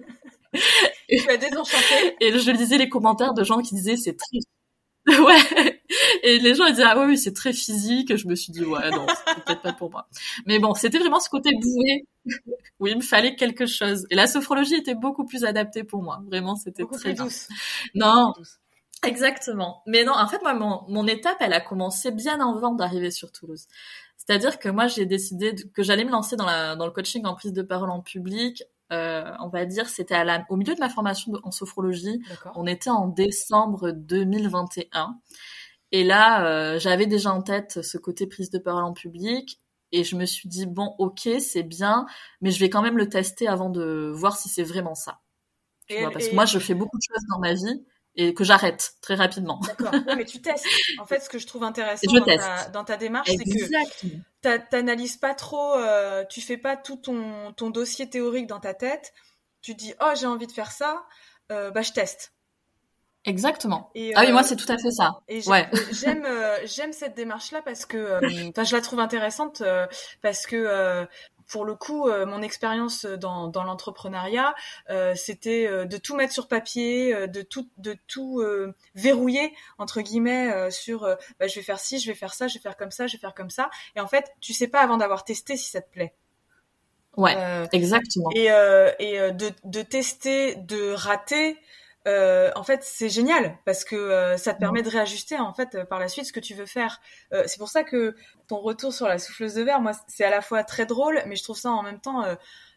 Et tu as désenchanté.
Et je lisais les commentaires de gens qui disaient, c'est triste. Ouais. Et les gens ils disaient ah oui, oui c'est très physique. Je me suis dit ouais non c'est peut-être pas pour moi. Mais bon c'était vraiment ce côté bouée où il me fallait quelque chose. Et la sophrologie était beaucoup plus adaptée pour moi. Vraiment c'était
beaucoup
très
plus douce.
Non.
Plus douce.
Exactement. Mais non en fait moi mon, mon étape elle a commencé bien avant d'arriver sur Toulouse. C'est-à-dire que moi j'ai décidé de, que j'allais me lancer dans la dans le coaching en prise de parole en public. Euh, on va dire, c'était à la, au milieu de ma formation de, en sophrologie.
D'accord.
On était en décembre deux mille vingt et un. Et là, euh, j'avais déjà en tête ce côté prise de parole en public. Et je me suis dit, bon, ok, c'est bien, mais je vais quand même le tester avant de voir si c'est vraiment ça. Tu
et,
vois, parce
et...
que moi, je fais beaucoup de choses dans ma vie et que j'arrête très rapidement.
D'accord. Ouais, mais tu testes. En fait, ce que je trouve intéressant
je
dans,
teste.
ta, dans ta démarche,
Exactement.
c'est que t'analyses pas trop, euh, tu fais pas tout ton, ton dossier théorique dans ta tête. Tu dis, oh, j'ai envie de faire ça, euh, bah je teste.
Exactement.
Et,
ah
euh,
oui, moi c'est tout à fait ça.
Et j'aime,
ouais.
j'aime, euh, j'aime cette démarche-là parce que, enfin, euh, je la trouve intéressante euh, parce que. Euh, Pour le coup, euh, mon expérience dans, dans l'entrepreneuriat, euh, c'était euh, de tout mettre sur papier, euh, de tout, de tout euh, verrouiller entre guillemets euh, sur. Euh, bah, je vais faire ci, je vais faire ça, je vais faire comme ça, je vais faire comme ça. Et en fait, tu sais pas avant d'avoir testé si ça te plaît.
Ouais, euh, exactement.
Et, euh, et euh, de, de tester, de rater. Euh, en fait, c'est génial parce que euh, ça te permet de réajuster en fait euh, par la suite ce que tu veux faire. Euh, c'est pour ça que ton retour sur la souffleuse de verre, moi, c'est à la fois très drôle, mais je trouve ça en même temps euh,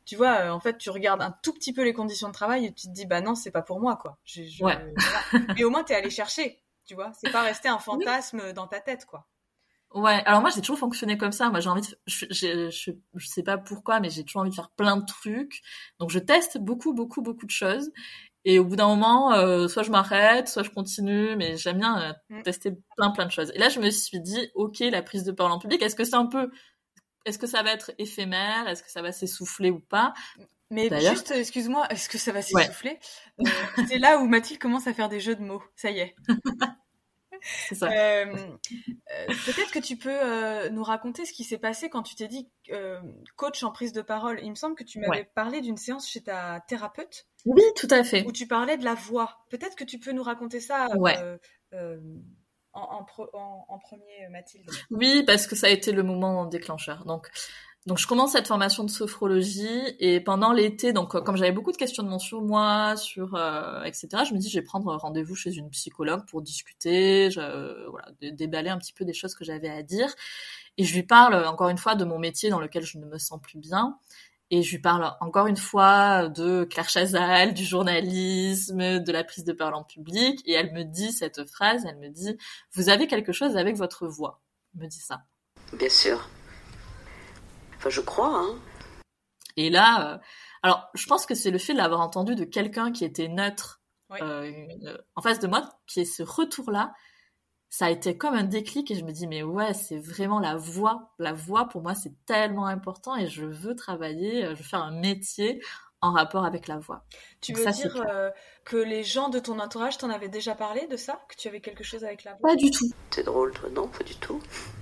tu vois, euh, en fait, tu regardes un tout petit peu les conditions de travail et tu te dis, bah non, c'est pas pour moi, quoi. Je, je,
Ouais.
Voilà. Mais au moins, t'es allé chercher, tu vois. C'est pas resté un fantasme oui. dans ta tête, quoi.
Ouais, alors moi j'ai toujours fonctionné comme ça. Moi j'ai envie de, je, je, je, je sais pas pourquoi, mais j'ai toujours envie de faire plein de trucs. Donc je teste beaucoup, beaucoup, beaucoup de choses. Et au bout d'un moment, euh, soit je m'arrête, soit je continue, mais j'aime bien euh, mm. tester plein, plein de choses. Et là je me suis dit, ok, la prise de parole en public, est-ce que c'est un peu, est-ce que ça va être éphémère, est-ce que ça va s'essouffler ou pas?
Mais D'ailleurs, juste, excuse-moi, est-ce que ça va s'essouffler? Ouais. euh, C'est là où Mathilde commence à faire des jeux de mots. Ça y est.
C'est ça.
Euh, euh, peut-être que tu peux euh, nous raconter ce qui s'est passé quand tu t'es dit euh, coach en prise de parole. Il me semble que tu m'avais ouais. parlé d'une séance chez ta thérapeute.
Oui, tout à fait.
Où tu parlais de la voix. Peut-être que tu peux nous raconter ça
ouais.
euh, euh, en, en, pro, en, en premier, Mathilde.
Oui, parce que ça a été le moment déclencheur. Donc, Donc je commence cette formation de sophrologie et pendant l'été, donc comme j'avais beaucoup de questionnements sur moi, sur euh, et cetera, je me dis je vais prendre rendez-vous chez une psychologue pour discuter, je, euh, voilà, déballer un petit peu des choses que j'avais à dire. Et je lui parle encore une fois de mon métier dans lequel je ne me sens plus bien. Et je lui parle encore une fois de Claire Chazal, du journalisme, de la prise de parole en public. Et elle me dit cette phrase, elle me dit « Vous avez quelque chose avec votre voix ». Elle me dit ça.
Bien sûr. Enfin, je crois, hein.
Et là, euh, alors, je pense que c'est le fait de l'avoir entendu de quelqu'un qui était neutre oui. euh, en face de moi, qui est ce retour-là, ça a été comme un déclic et je me dis, mais ouais, c'est vraiment la voix. La voix, pour moi, c'est tellement important et je veux travailler, je veux faire un métier en rapport avec la voix.
Tu veux ça, dire euh, que les gens de ton entourage t'en avaient déjà parlé de ça? Que tu avais quelque chose avec la voix?
Pas du tout.
C'est drôle, toi, non, pas du tout.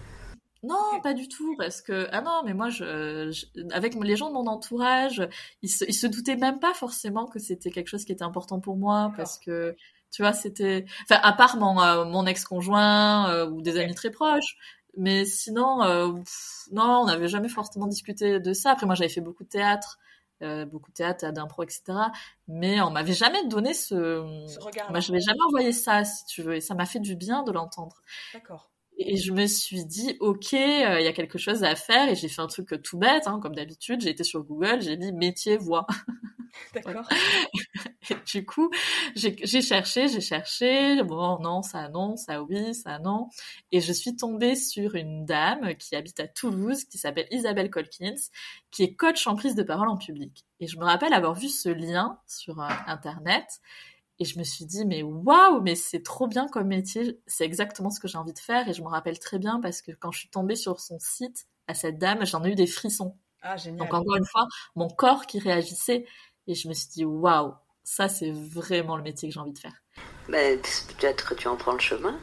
Non, okay. Pas du tout, parce que ah non, mais moi, je, je avec les gens de mon entourage, ils se, ils se doutaient même pas forcément que c'était quelque chose qui était important pour moi, D'accord. parce que tu vois, c'était, enfin, à part mon euh, mon ex-conjoint euh, ou des okay. amis très proches, mais sinon, euh, pff, non, on n'avait jamais forcément discuté de ça. Après, moi, j'avais fait beaucoup de théâtre, euh, beaucoup de théâtre, théâtre d'impro, et cetera. Mais on m'avait jamais donné ce,
ce regard.
Moi, je m'avais jamais envoyé ça, si tu veux, et ça m'a fait du bien de l'entendre.
D'accord.
Et je me suis dit, ok, il euh, y a quelque chose à faire. Et j'ai fait un truc tout bête, hein, comme d'habitude. J'ai été sur Google, j'ai dit métier voix.
D'accord.
Et du coup, j'ai, j'ai cherché, j'ai cherché. Bon, non, ça non, ça oui, ça non. Et je suis tombée sur une dame qui habite à Toulouse, qui s'appelle Isabelle Colkins, qui est coach en prise de parole en public. Et je me rappelle avoir vu ce lien sur euh, Internet. Et je me suis dit, mais waouh, mais c'est trop bien comme métier. C'est exactement ce que j'ai envie de faire. Et je me rappelle très bien parce que quand je suis tombée sur son site, à cette dame, j'en ai eu des frissons.
Ah, génial.
Donc encore une fois, mon corps qui réagissait. Et je me suis dit, waouh, ça c'est vraiment le métier que j'ai envie de faire.
Ben, peut-être que tu en prends le chemin.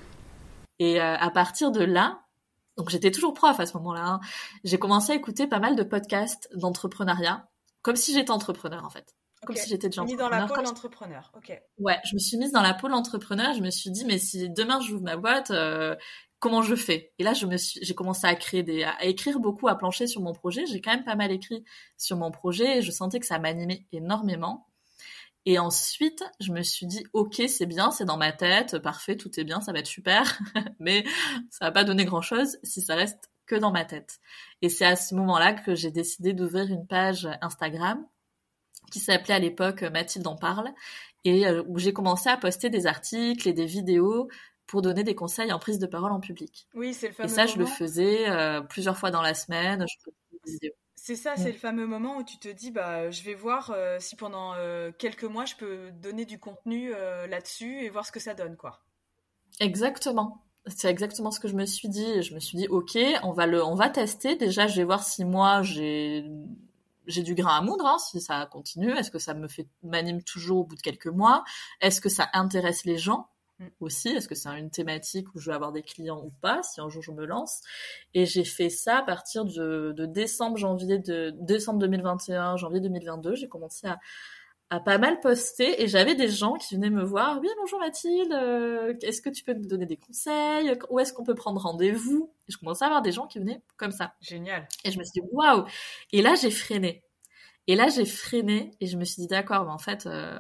Et euh, à partir de là, donc j'étais toujours prof à ce moment-là, hein, j'ai commencé à écouter pas mal de podcasts d'entrepreneuriat, comme si j'étais entrepreneur en fait. Comme
okay.
si j'étais déjà
entrepreneur. Mis dans la peau de l'entrepreneur, ok.
Ouais, je me suis mise dans la peau de l'entrepreneur. Je me suis dit, mais si demain j'ouvre ma boîte, euh, comment je fais? Et là, je me suis, j'ai commencé à créer des, à écrire beaucoup, à plancher sur mon projet. J'ai quand même pas mal écrit sur mon projet et je sentais que ça m'animait énormément. Et ensuite, je me suis dit, ok, c'est bien, c'est dans ma tête, parfait, tout est bien, ça va être super, mais ça va pas donner grand chose si ça reste que dans ma tête. Et c'est à ce moment-là que j'ai décidé d'ouvrir une page Instagram qui s'appelait à l'époque Mathilde en parle, et euh, où j'ai commencé à poster des articles et des vidéos pour donner des conseils en prise de parole en public.
Oui, c'est le fameux
Et ça,
moment...
je le faisais euh, plusieurs fois dans la semaine, je postais des vidéos.
C'est ça, c'est mmh. le fameux moment où tu te dis, bah, je vais voir euh, si pendant euh, quelques mois, je peux donner du contenu euh, là-dessus et voir ce que ça donne, quoi.
Exactement. C'est exactement ce que je me suis dit. Je me suis dit, ok, on va le, on va tester. Déjà, je vais voir si moi, j'ai... j'ai du grain à moudre, hein, si ça continue. Est-ce que ça me fait, m'anime toujours au bout de quelques mois? Est-ce que ça intéresse les gens aussi? Est-ce que c'est une thématique où je vais avoir des clients ou pas, si un jour je me lance? Et j'ai fait ça à partir de, de décembre, janvier, de décembre deux mille vingt et un, janvier deux mille vingt-deux. J'ai commencé à, à pas mal poster et j'avais des gens qui venaient me voir. Oui, bonjour Mathilde, euh, est-ce que tu peux me donner des conseils? Où est-ce qu'on peut prendre rendez-vous? Et je commençais à avoir des gens qui venaient comme ça.
Génial.
Et je me suis dit, waouh! Et là, j'ai freiné. Et là, j'ai freiné et je me suis dit, d'accord, mais en fait, euh,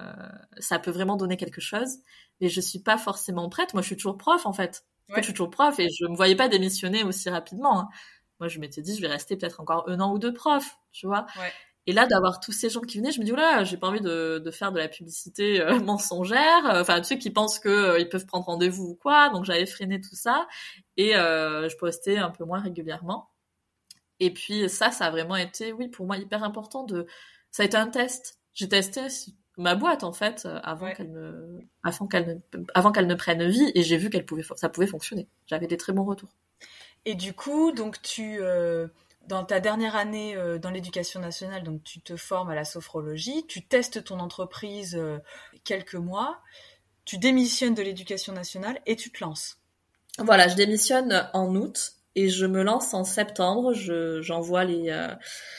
ça peut vraiment donner quelque chose, mais je suis pas forcément prête. Moi, je suis toujours prof, en fait. Ouais. En fait, je suis toujours prof et je me voyais pas démissionner aussi rapidement. Hein. Moi, je m'étais dit, je vais rester peut-être encore un an ou deux prof, tu vois.
Ouais.
Et là, d'avoir tous ces gens qui venaient, je me dis, oula, j'ai pas envie de, de faire de la publicité euh, mensongère. Enfin, tu sais, qui pensent que euh, ils peuvent prendre rendez-vous ou quoi. Donc, j'avais freiné tout ça. Et euh, je postais un peu moins régulièrement. Et puis, ça, ça a vraiment été, oui, pour moi, hyper important de... Ça a été un test. J'ai testé ma boîte, en fait, avant
Ouais.
qu'elle ne, avant qu'elle ne, avant qu'elle ne prenne vie. Et j'ai vu qu'elle pouvait, ça pouvait fonctionner. J'avais des très bons retours.
Et du coup, donc tu... Euh... Dans ta dernière année euh, dans l'éducation nationale, donc tu te formes à la sophrologie, tu testes ton entreprise euh, quelques mois, tu démissionnes de l'éducation nationale et tu te lances.
Voilà, je démissionne en août et je me lance en septembre. Je, j'envoie les, euh,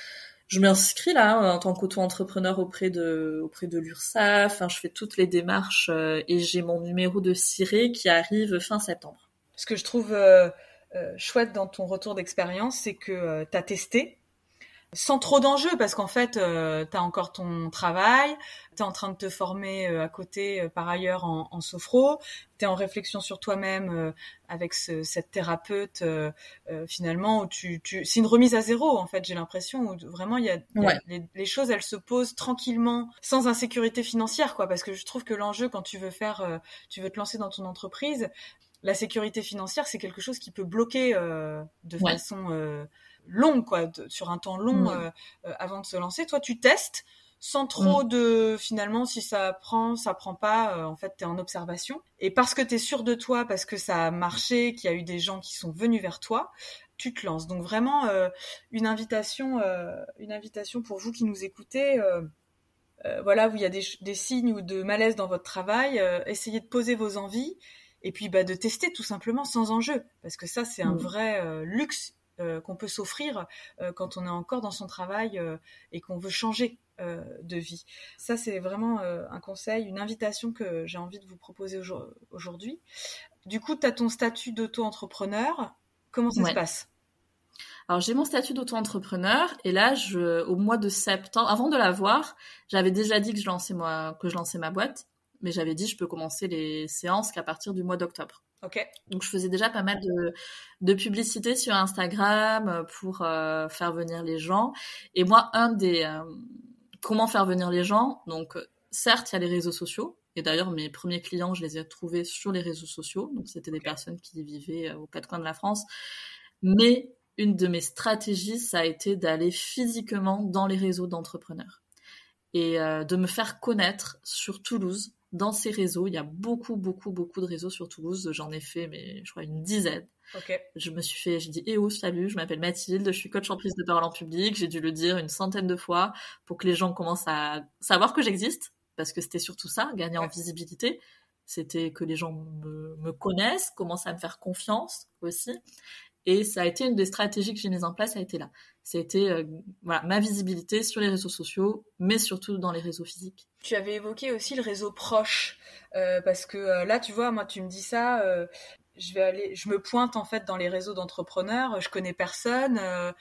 je m'inscris là en tant qu'auto-entrepreneur auprès de, auprès de l'URSSAF. Enfin, je fais toutes les démarches euh, et j'ai mon numéro de ciré qui arrive fin septembre.
Ce que je trouve euh, Euh, chouette dans ton retour d'expérience, c'est que euh, tu as testé sans trop d'enjeux, parce qu'en fait, euh, tu as encore ton travail, tu es en train de te former euh, à côté, euh, par ailleurs, en, en sophro, tu es en réflexion sur toi-même euh, avec ce, cette thérapeute, euh, euh, finalement, où tu, tu... c'est une remise à zéro, en fait, j'ai l'impression, où vraiment, il y a,
ouais.
y a les, les choses, elles se posent tranquillement, sans insécurité financière, quoi, parce que je trouve que l'enjeu, quand tu veux faire, euh, tu veux te lancer dans ton entreprise, la sécurité financière, c'est quelque chose qui peut bloquer euh, de ouais. façon euh, longue, quoi, de, sur un temps long mmh. euh, euh, avant de se lancer. Toi, tu testes sans trop mmh. de... Finalement, si ça prend, ça prend pas, euh, en fait, t'es en observation. Et parce que t'es sûr de toi, parce que ça a marché, qu'il y a eu des gens qui sont venus vers toi, tu te lances. Donc vraiment, euh, une invitation, euh, une invitation pour vous qui nous écoutez... Euh, euh, voilà, où il y a des, des signes ou de malaise dans votre travail, euh, essayez de poser vos envies, et puis bah, de tester tout simplement sans enjeu, parce que ça c'est un vrai euh, luxe euh, qu'on peut s'offrir euh, quand on est encore dans son travail euh, et qu'on veut changer euh, de vie. Ça c'est vraiment euh, un conseil, une invitation que j'ai envie de vous proposer aujourd'hui. Du coup, tu as ton statut d'auto-entrepreneur, comment ça ouais. se passe ?
Alors j'ai mon statut d'auto-entrepreneur et là, je, au mois de septembre, avant de l'avoir, j'avais déjà dit que je lançais moi, que je lançais ma boîte. Mais j'avais dit je peux commencer les séances qu'à partir du mois d'octobre.
Ok.
Donc je faisais déjà pas mal de, de publicité sur Instagram pour euh, faire venir les gens. Et moi, un des euh, comment faire venir les gens. Donc certes, il y a les réseaux sociaux. Et d'ailleurs, mes premiers clients, je les ai trouvés sur les réseaux sociaux. Donc c'était des okay. personnes qui vivaient aux quatre coins de la France. Mais une de mes stratégies, ça a été d'aller physiquement dans les réseaux d'entrepreneurs et euh, de me faire connaître sur Toulouse. Dans ces réseaux, il y a beaucoup, beaucoup, beaucoup de réseaux sur Toulouse. J'en ai fait, mais je crois, une dizaine.
Okay.
Je me suis fait, j'ai dit, eh oh, salut, je m'appelle Mathilde, je suis coach en prise de parole en public. J'ai dû le dire une centaine de fois pour que les gens commencent à savoir que j'existe, parce que c'était surtout ça, gagner ouais. en visibilité. C'était que les gens me, me connaissent, commencent à me faire confiance aussi. Et ça a été une des stratégies que j'ai mises en place, ça a été là. Ça a été euh, voilà, ma visibilité sur les réseaux sociaux, mais surtout dans les réseaux physiques.
Tu avais évoqué aussi le réseau proche, euh, parce que euh, là, tu vois, moi, tu me dis ça, euh, je vais aller, je me pointe en fait dans les réseaux d'entrepreneurs, je connais personne.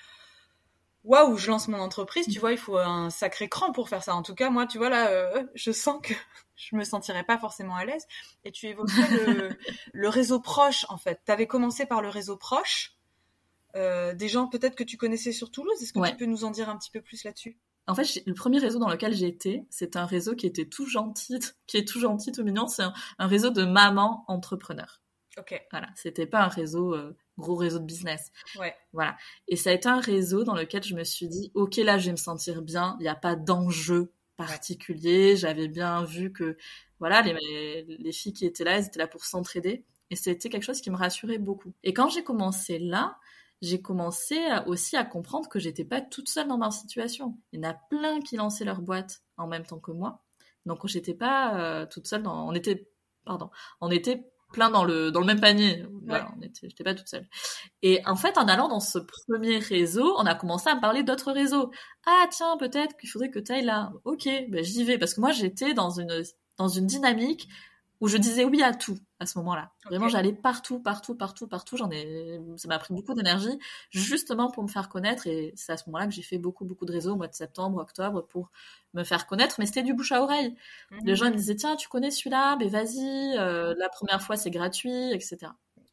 Waouh, je lance mon entreprise, tu vois, il faut un sacré cran pour faire ça. En tout cas, moi, tu vois, là, euh, je sens que je me sentirais pas forcément à l'aise. Et tu évoquais le, le réseau proche, en fait. Tu avais commencé par le réseau proche, euh, des gens peut-être que tu connaissais sur Toulouse. Est-ce que ouais. tu peux nous en dire un petit peu plus là-dessus ?
En fait, le premier réseau dans lequel j'ai été, c'est un réseau qui était tout gentil, qui est tout gentil, tout mignon. C'est un, un réseau de mamans entrepreneurs.
Ok.
Voilà, c'était pas un réseau, euh, gros réseau de business.
Ouais.
Voilà. Et ça a été un réseau dans lequel je me suis dit, ok, là, je vais me sentir bien. Il n'y a pas d'enjeu particulier. Ouais. J'avais bien vu que, voilà, les, les filles qui étaient là, elles étaient là pour s'entraider. Et c'était quelque chose qui me rassurait beaucoup. Et quand j'ai commencé là, j'ai commencé à, aussi à comprendre que j'étais pas toute seule dans ma situation. Il y en a plein qui lançaient leur boîte en même temps que moi. Donc, j'étais pas euh, toute seule dans, on était, pardon, on était plein dans le, dans le même panier. Voilà, ouais. on était, j'étais pas toute seule. Et en fait, en allant dans ce premier réseau, on a commencé à me parler d'autres réseaux. Ah, tiens, peut-être qu'il faudrait que tu ailles là. Ok, ben, j'y vais. Parce que moi, j'étais dans une, dans une dynamique où je disais oui à tout à ce moment-là. Okay. Vraiment, j'allais partout, partout, partout, partout. J'en ai, ça m'a pris beaucoup d'énergie, justement pour me faire connaître. Et c'est à ce moment-là que j'ai fait beaucoup, beaucoup de réseaux au mois de septembre, octobre, pour me faire connaître. Mais c'était du bouche à oreille. Mm-hmm. Les gens ils me disaient, tiens, tu connais celui-là? Ben vas-y. Euh, la première fois, c'est gratuit, et cetera.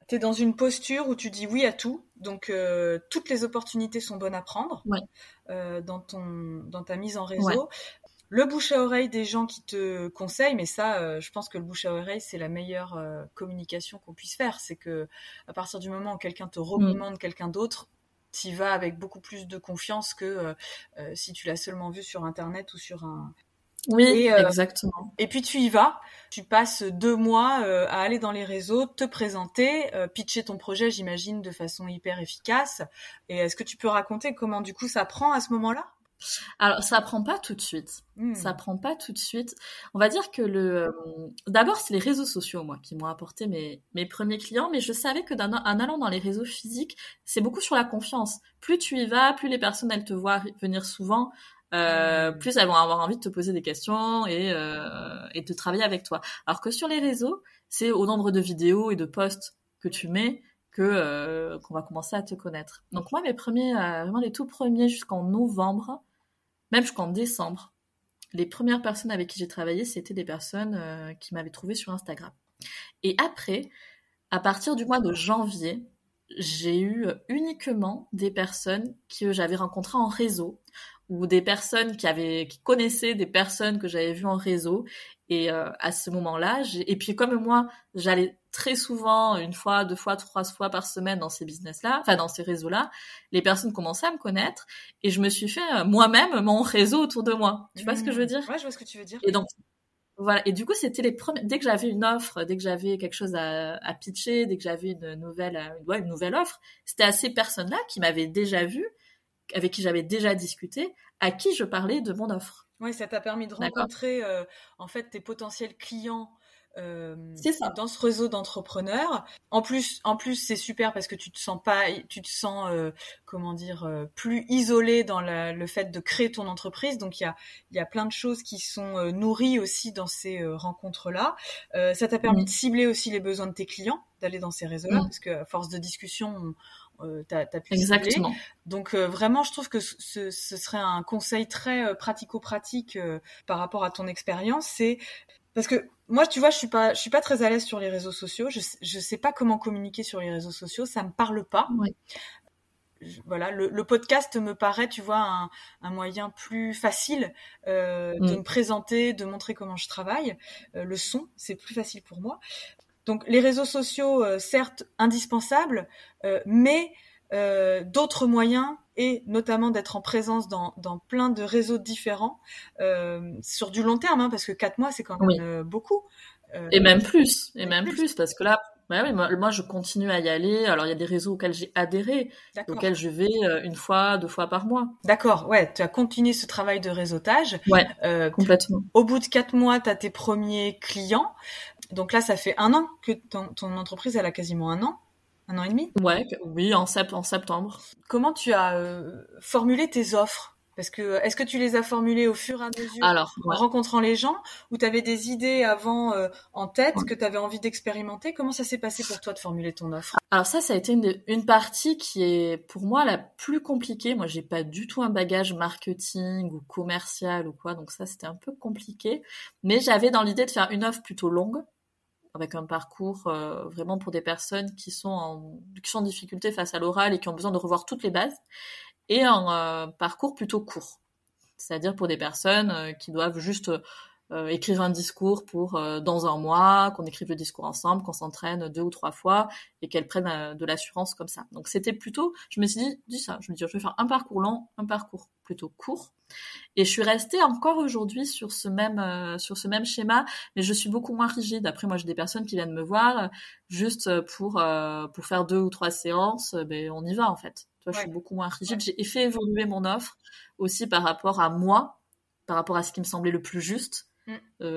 t'es dans une posture où tu dis oui à tout, donc euh, toutes les opportunités sont bonnes à prendre
ouais.
euh, dans ton dans ta mise en réseau.
Ouais.
Le bouche à oreille des gens qui te conseillent, mais ça, euh, je pense que le bouche à oreille, c'est la meilleure euh, communication qu'on puisse faire. C'est que à partir du moment où quelqu'un te recommande mmh. quelqu'un d'autre, t'y vas avec beaucoup plus de confiance que euh, euh, si tu l'as seulement vu sur Internet ou sur un...
Oui,
et, euh,
exactement.
Et puis tu y vas, tu passes deux mois euh, à aller dans les réseaux, te présenter, euh, pitcher ton projet, j'imagine, de façon hyper efficace. Et est-ce que tu peux raconter comment du coup ça prend à ce moment-là ?
Alors, ça prend pas tout de suite. Mmh. Ça prend pas tout de suite. On va dire que le, euh, d'abord, c'est les réseaux sociaux, moi, qui m'ont apporté mes, mes premiers clients, mais je savais que d'un, en allant dans les réseaux physiques, c'est beaucoup sur la confiance. Plus tu y vas, plus les personnes, elles te voient venir souvent, euh, mmh. plus elles vont avoir envie de te poser des questions et, euh, et de travailler avec toi. Alors que sur les réseaux, c'est au nombre de vidéos et de posts que tu mets que euh, qu'on va commencer à te connaître. Donc moi, mes premiers, euh, vraiment les tout premiers jusqu'en novembre, même jusqu'en décembre, les premières personnes avec qui j'ai travaillé, c'était des personnes euh, qui m'avaient trouvé sur Instagram. Et après, à partir du mois de janvier, j'ai eu uniquement des personnes que j'avais rencontrées en réseau ou des personnes qui avaient, qui connaissaient des personnes que j'avais vues en réseau. Et euh, à ce moment-là, j'ai... et puis comme moi, j'allais très souvent, une fois, deux fois, trois fois par semaine dans ces business-là, enfin dans ces réseaux-là, les personnes commençaient à me connaître et je me suis fait euh, moi-même mon réseau autour de moi. Tu mmh. vois ce que je veux dire ?
Ouais, je vois ce que tu veux dire.
Et donc voilà. Et du coup, c'était les premiers. Dès que j'avais une offre, dès que j'avais quelque chose à, à pitcher, dès que j'avais une nouvelle, une, ouais, une nouvelle offre, c'était à ces personnes-là qui m'avaient déjà vu, avec qui j'avais déjà discuté, à qui je parlais de mon offre.
Oui, ça t'a permis de rencontrer euh, en fait tes potentiels clients euh,
c'est ça.
dans ce réseau d'entrepreneurs. En plus, en plus, c'est super parce que tu te sens pas, tu te sens euh, comment dire euh, plus isolé dans la, le fait de créer ton entreprise. Donc il y a il y a plein de choses qui sont euh, nourries aussi dans ces euh, rencontres-là. Euh, ça t'a permis mmh. de cibler aussi les besoins de tes clients, d'aller dans ces réseaux-là, mmh. parce que à force de discussion, on, Euh, t'as, t'as pu
Exactement.
cibler. Donc euh, vraiment, je trouve que ce, ce serait un conseil très euh, pratico-pratique euh, par rapport à ton expérience. C'est parce que moi, tu vois, je suis pas, je suis pas très à l'aise sur les réseaux sociaux. Je, je sais pas comment communiquer sur les réseaux sociaux. Ça me parle pas.
Oui.
Je, voilà, le, le podcast me paraît, tu vois, un, un moyen plus facile euh, mm. de me présenter, de montrer comment je travaille. Euh, le son, c'est plus facile pour moi. Donc les réseaux sociaux, euh, certes indispensables, euh, mais euh, d'autres moyens, et notamment d'être en présence dans, dans plein de réseaux différents, euh, sur du long terme, hein, parce que quatre mois, c'est quand même oui. euh, beaucoup.
Euh, et même plus, et, et même plus. plus, parce que là, ouais, oui, moi, moi je continue à y aller. Alors il y a des réseaux auxquels j'ai adhéré, D'accord. auxquels je vais euh, une fois, deux fois par mois.
D'accord, ouais, tu as continué ce travail de réseautage.
Ouais, euh, complètement.
Au bout de quatre mois, tu as tes premiers clients. Donc là, ça fait un an que ton, ton entreprise, elle a quasiment un an, un an et demi.
Ouais, oui, en, sept, en septembre.
Comment tu as euh, formulé tes offres ? Parce que est-ce que tu les as formulées au fur et à mesure,
Alors, ouais.
en rencontrant les gens, ou tu avais des idées avant euh, en tête ouais. que tu avais envie d'expérimenter ? Comment ça s'est passé pour toi de formuler ton offre ?
Alors ça, ça a été une, une partie qui est pour moi la plus compliquée. Moi, j'ai pas du tout un bagage marketing ou commercial ou quoi, donc ça c'était un peu compliqué. Mais j'avais dans l'idée de faire une offre plutôt longue, avec un parcours euh, vraiment pour des personnes qui sont en qui sont en difficulté face à l'oral et qui ont besoin de revoir toutes les bases, et un euh, parcours plutôt court, c'est-à-dire pour des personnes euh, qui doivent juste euh, écrire un discours pour euh, dans un mois, qu'on écrive le discours ensemble, qu'on s'entraîne deux ou trois fois et qu'elles prennent euh, de l'assurance comme ça. Donc c'était plutôt, je me suis dit, dis ça, je me dis je vais faire un parcours long, un parcours plutôt court. Et je suis restée encore aujourd'hui sur ce même euh, sur ce même schéma, mais je suis beaucoup moins rigide. Après, moi, j'ai des personnes qui viennent me voir euh, juste pour euh, pour faire deux ou trois séances. Euh, ben on y va en fait. Tu vois, ouais. Je suis beaucoup moins rigide. Ouais. J'ai fait évoluer mon offre aussi par rapport à moi, par rapport à ce qui me semblait le plus juste. Mm.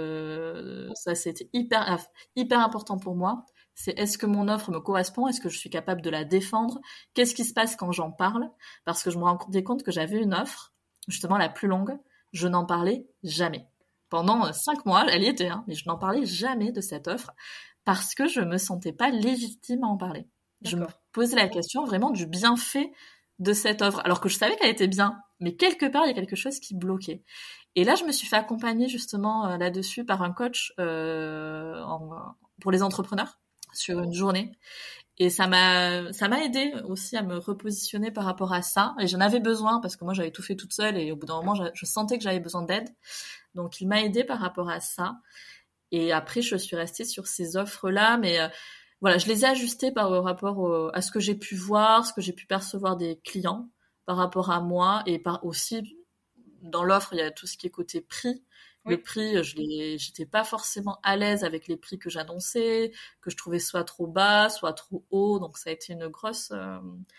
Euh, ça, c'était hyper hyper important pour moi. C'est est-ce que mon offre me correspond ? Est-ce que je suis capable de la défendre ? Qu'est-ce qui se passe quand j'en parle ? Parce que je me rendais compte que j'avais une offre, justement la plus longue, je n'en parlais jamais. Pendant cinq mois, elle y était, hein, mais je n'en parlais jamais de cette offre parce que je me sentais pas légitime à en parler. D'accord. Je me posais la question vraiment du bienfait de cette offre, alors que je savais qu'elle était bien, mais quelque part, il y a quelque chose qui bloquait. Et là, je me suis fait accompagner justement euh, là-dessus par un coach euh, en, pour les entrepreneurs, sur une journée. Et ça m'a, ça m'a aidé aussi à me repositionner par rapport à ça. Et j'en avais besoin parce que moi, j'avais tout fait toute seule et au bout d'un moment, je, je sentais que j'avais besoin d'aide. Donc, il m'a aidé par rapport à ça. Et après, je suis restée sur ces offres-là, mais euh, voilà, je les ai ajustées par rapport au, à ce que j'ai pu voir, ce que j'ai pu percevoir des clients par rapport à moi et par aussi dans l'offre, il y a tout ce qui est côté prix. Oui. Le prix, je l'ai, j'étais pas forcément à l'aise avec les prix que j'annonçais, que je trouvais soit trop bas, soit trop haut. Donc ça a été une grosse, euh,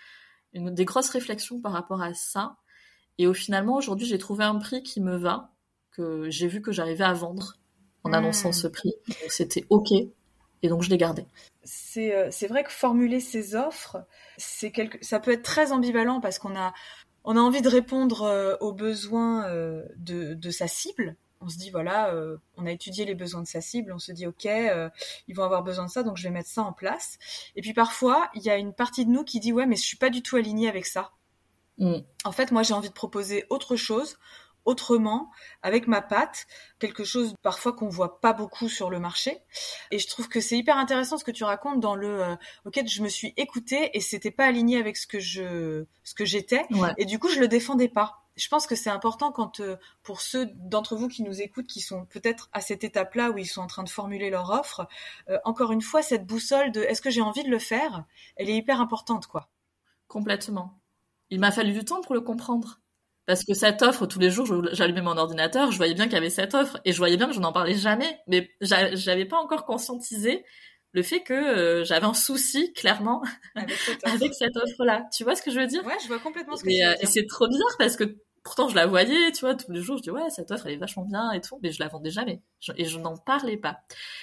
une des grosses réflexions par rapport à ça. Et au finalement, aujourd'hui, j'ai trouvé un prix qui me va, que j'ai vu que j'arrivais à vendre en mmh. annonçant ce prix. Donc c'était OK. Et donc je l'ai gardé.
C'est, euh, c'est vrai que formuler ces offres, c'est quelque, ça peut être très ambivalent parce qu'on a, on a envie de répondre euh, aux besoins euh, de, de sa cible. On se dit, voilà, euh, on a étudié les besoins de sa cible, on se dit, OK, euh, ils vont avoir besoin de ça, donc je vais mettre ça en place. Et puis parfois, il y a une partie de nous qui dit, ouais, mais je suis pas du tout alignée avec ça. Mm. En fait, moi, j'ai envie de proposer autre chose, autrement, avec ma patte, quelque chose parfois qu'on voit pas beaucoup sur le marché. Et je trouve que c'est hyper intéressant ce que tu racontes dans le euh, OK, je me suis écoutée et c'était pas aligné avec ce que je ce que j'étais ouais. Et du coup, je le défendais pas. Je pense que c'est important quand euh, pour ceux d'entre vous qui nous écoutent qui sont peut-être à cette étape-là où ils sont en train de formuler leur offre, euh, encore une fois cette boussole de est-ce que j'ai envie de le faire, elle est hyper importante quoi.
Complètement. Il m'a fallu du temps pour le comprendre. Parce que cette offre, tous les jours, j'allumais mon ordinateur, je voyais bien qu'il y avait cette offre, et je voyais bien que je n'en parlais jamais, mais j'avais pas encore conscientisé le fait que euh, j'avais un souci, clairement, avec cette, avec cette offre-là. Tu vois ce que je veux dire ?
Ouais, je vois complètement ce que
et,
tu veux
euh,
dire.
Et c'est trop bizarre, parce que pourtant, je la voyais, tu vois, tous les jours, je dis, ouais, cette offre, elle est vachement bien, et tout, mais je la vendais jamais. Je, et je n'en parlais pas.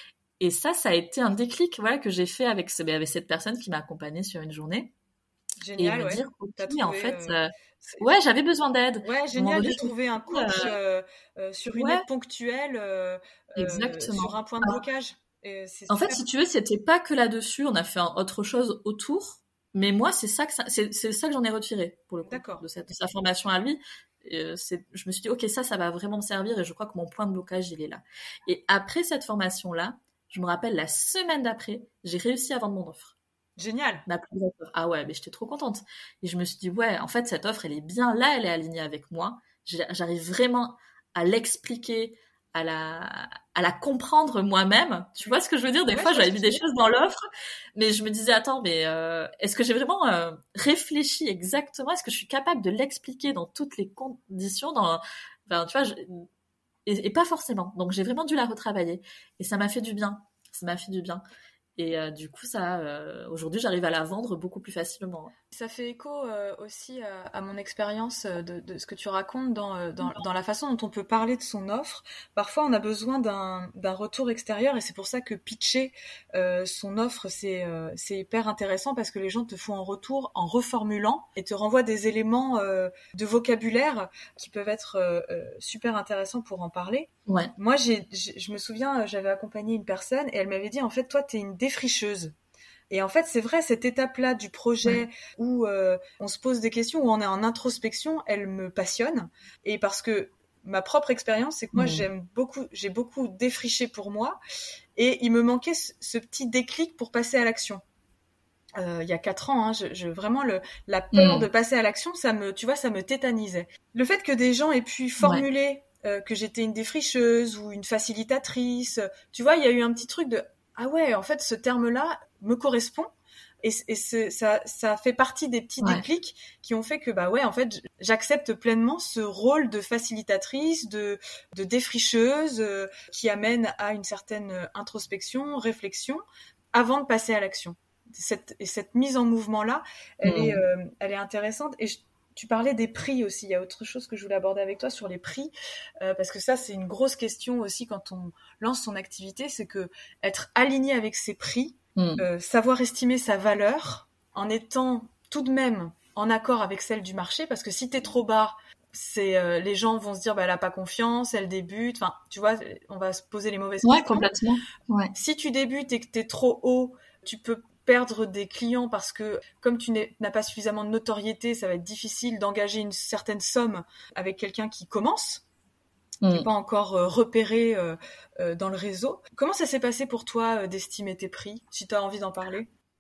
Et ça, ça a été un déclic, voilà, que j'ai fait avec, ce, avec cette personne qui m'a accompagnée sur une journée.
Génial,
et me
ouais.
dire, ok,
trouvé,
en fait,
euh...
euh, ouais, j'avais besoin d'aide.
Ouais, génial de trouver un coach euh, euh, sur une ouais. aide ponctuelle, euh,
Exactement.
Euh, sur un point de blocage. Et c'est
en fait, si tu veux, c'était pas que là-dessus, on a fait autre chose autour, mais moi, c'est ça que ça, c'est, c'est ça que j'en ai retiré pour le coup,
D'accord.
de, cette, de sa formation à lui. Euh, c'est, je me suis dit, ok, ça, ça va vraiment me servir, et je crois que mon point de blocage, il est là. Et après cette formation-là, je me rappelle la semaine d'après, j'ai réussi à vendre mon offre.
Génial.
Ma plus grosse offre. Ah ouais, mais j'étais trop contente. Et je me suis dit, ouais, en fait, cette offre, elle est bien là, elle est alignée avec moi. J'arrive vraiment à l'expliquer, à la, à la comprendre moi-même. Tu vois ce que je veux dire ? Des ouais, fois, j'avais mis des choses dans l'offre, mais je me disais, attends, mais euh, est-ce que j'ai vraiment euh, réfléchi exactement ? Est-ce que je suis capable de l'expliquer dans toutes les conditions dans, enfin, tu vois, je, et, et pas forcément. Donc, j'ai vraiment dû la retravailler. Et ça m'a fait du bien. Ça m'a fait du bien. Et euh, du coup, ça, euh, aujourd'hui, j'arrive à la vendre beaucoup plus facilement.
Ça fait écho euh, aussi à, à mon expérience de, de ce que tu racontes dans, dans, dans la façon dont on peut parler de son offre. Parfois, on a besoin d'un, d'un retour extérieur et c'est pour ça que pitcher euh, son offre, c'est, euh, c'est hyper intéressant parce que les gens te font un retour en reformulant et te renvoient des éléments euh, de vocabulaire qui peuvent être euh, super intéressants pour en parler.
Ouais.
Moi, j'ai, j'ai, je me souviens, j'avais accompagné une personne et elle m'avait dit, en fait, toi, t'es une défricheuse. Et en fait, c'est vrai, cette étape-là du projet ouais. où euh, on se pose des questions, où on est en introspection, elle me passionne. Et parce que ma propre expérience, c'est que moi, mmh. j'aime beaucoup, j'ai beaucoup défriché pour moi. Et il me manquait ce, ce petit déclic pour passer à l'action. Euh, il y a quatre ans, hein, je, je, vraiment, le, la peur mmh. de passer à l'action, ça me, tu vois, ça me tétanisait. Le fait que des gens aient pu formuler... Ouais. Euh, que j'étais une défricheuse ou une facilitatrice. Tu vois, il y a eu un petit truc de « Ah ouais, en fait, ce terme-là me correspond. » Et, et c'est, ça, ça fait partie des petits ouais. déclics qui ont fait que, bah ouais, en fait, j'accepte pleinement ce rôle de facilitatrice, de, de défricheuse euh, qui amène à une certaine introspection, réflexion, avant de passer à l'action. Cette, et cette mise en mouvement-là, elle, mmh. est, euh, elle est intéressante. Et je, Tu parlais des prix aussi. Il y a autre chose que je voulais aborder avec toi sur les prix, euh, parce que ça, c'est une grosse question aussi quand on lance son activité, c'est que être aligné avec ses prix, mm. euh, savoir estimer sa valeur, en étant tout de même en accord avec celle du marché, parce que si t'es trop bas, c'est euh, les gens vont se dire bah elle a pas confiance, elle débute. Enfin, tu vois, on va se poser les mauvaises
ouais,
questions.
Complètement. Ouais.
Si tu débutes et que t'es trop haut, tu peux perdre des clients parce que comme tu n'as pas suffisamment de notoriété, ça va être difficile d'engager une certaine somme avec quelqu'un qui commence, qui n'est mmh. pas encore euh, repéré euh, euh, dans le réseau. Comment ça s'est passé pour toi euh, d'estimer tes prix, si tu as envie d'en parler ?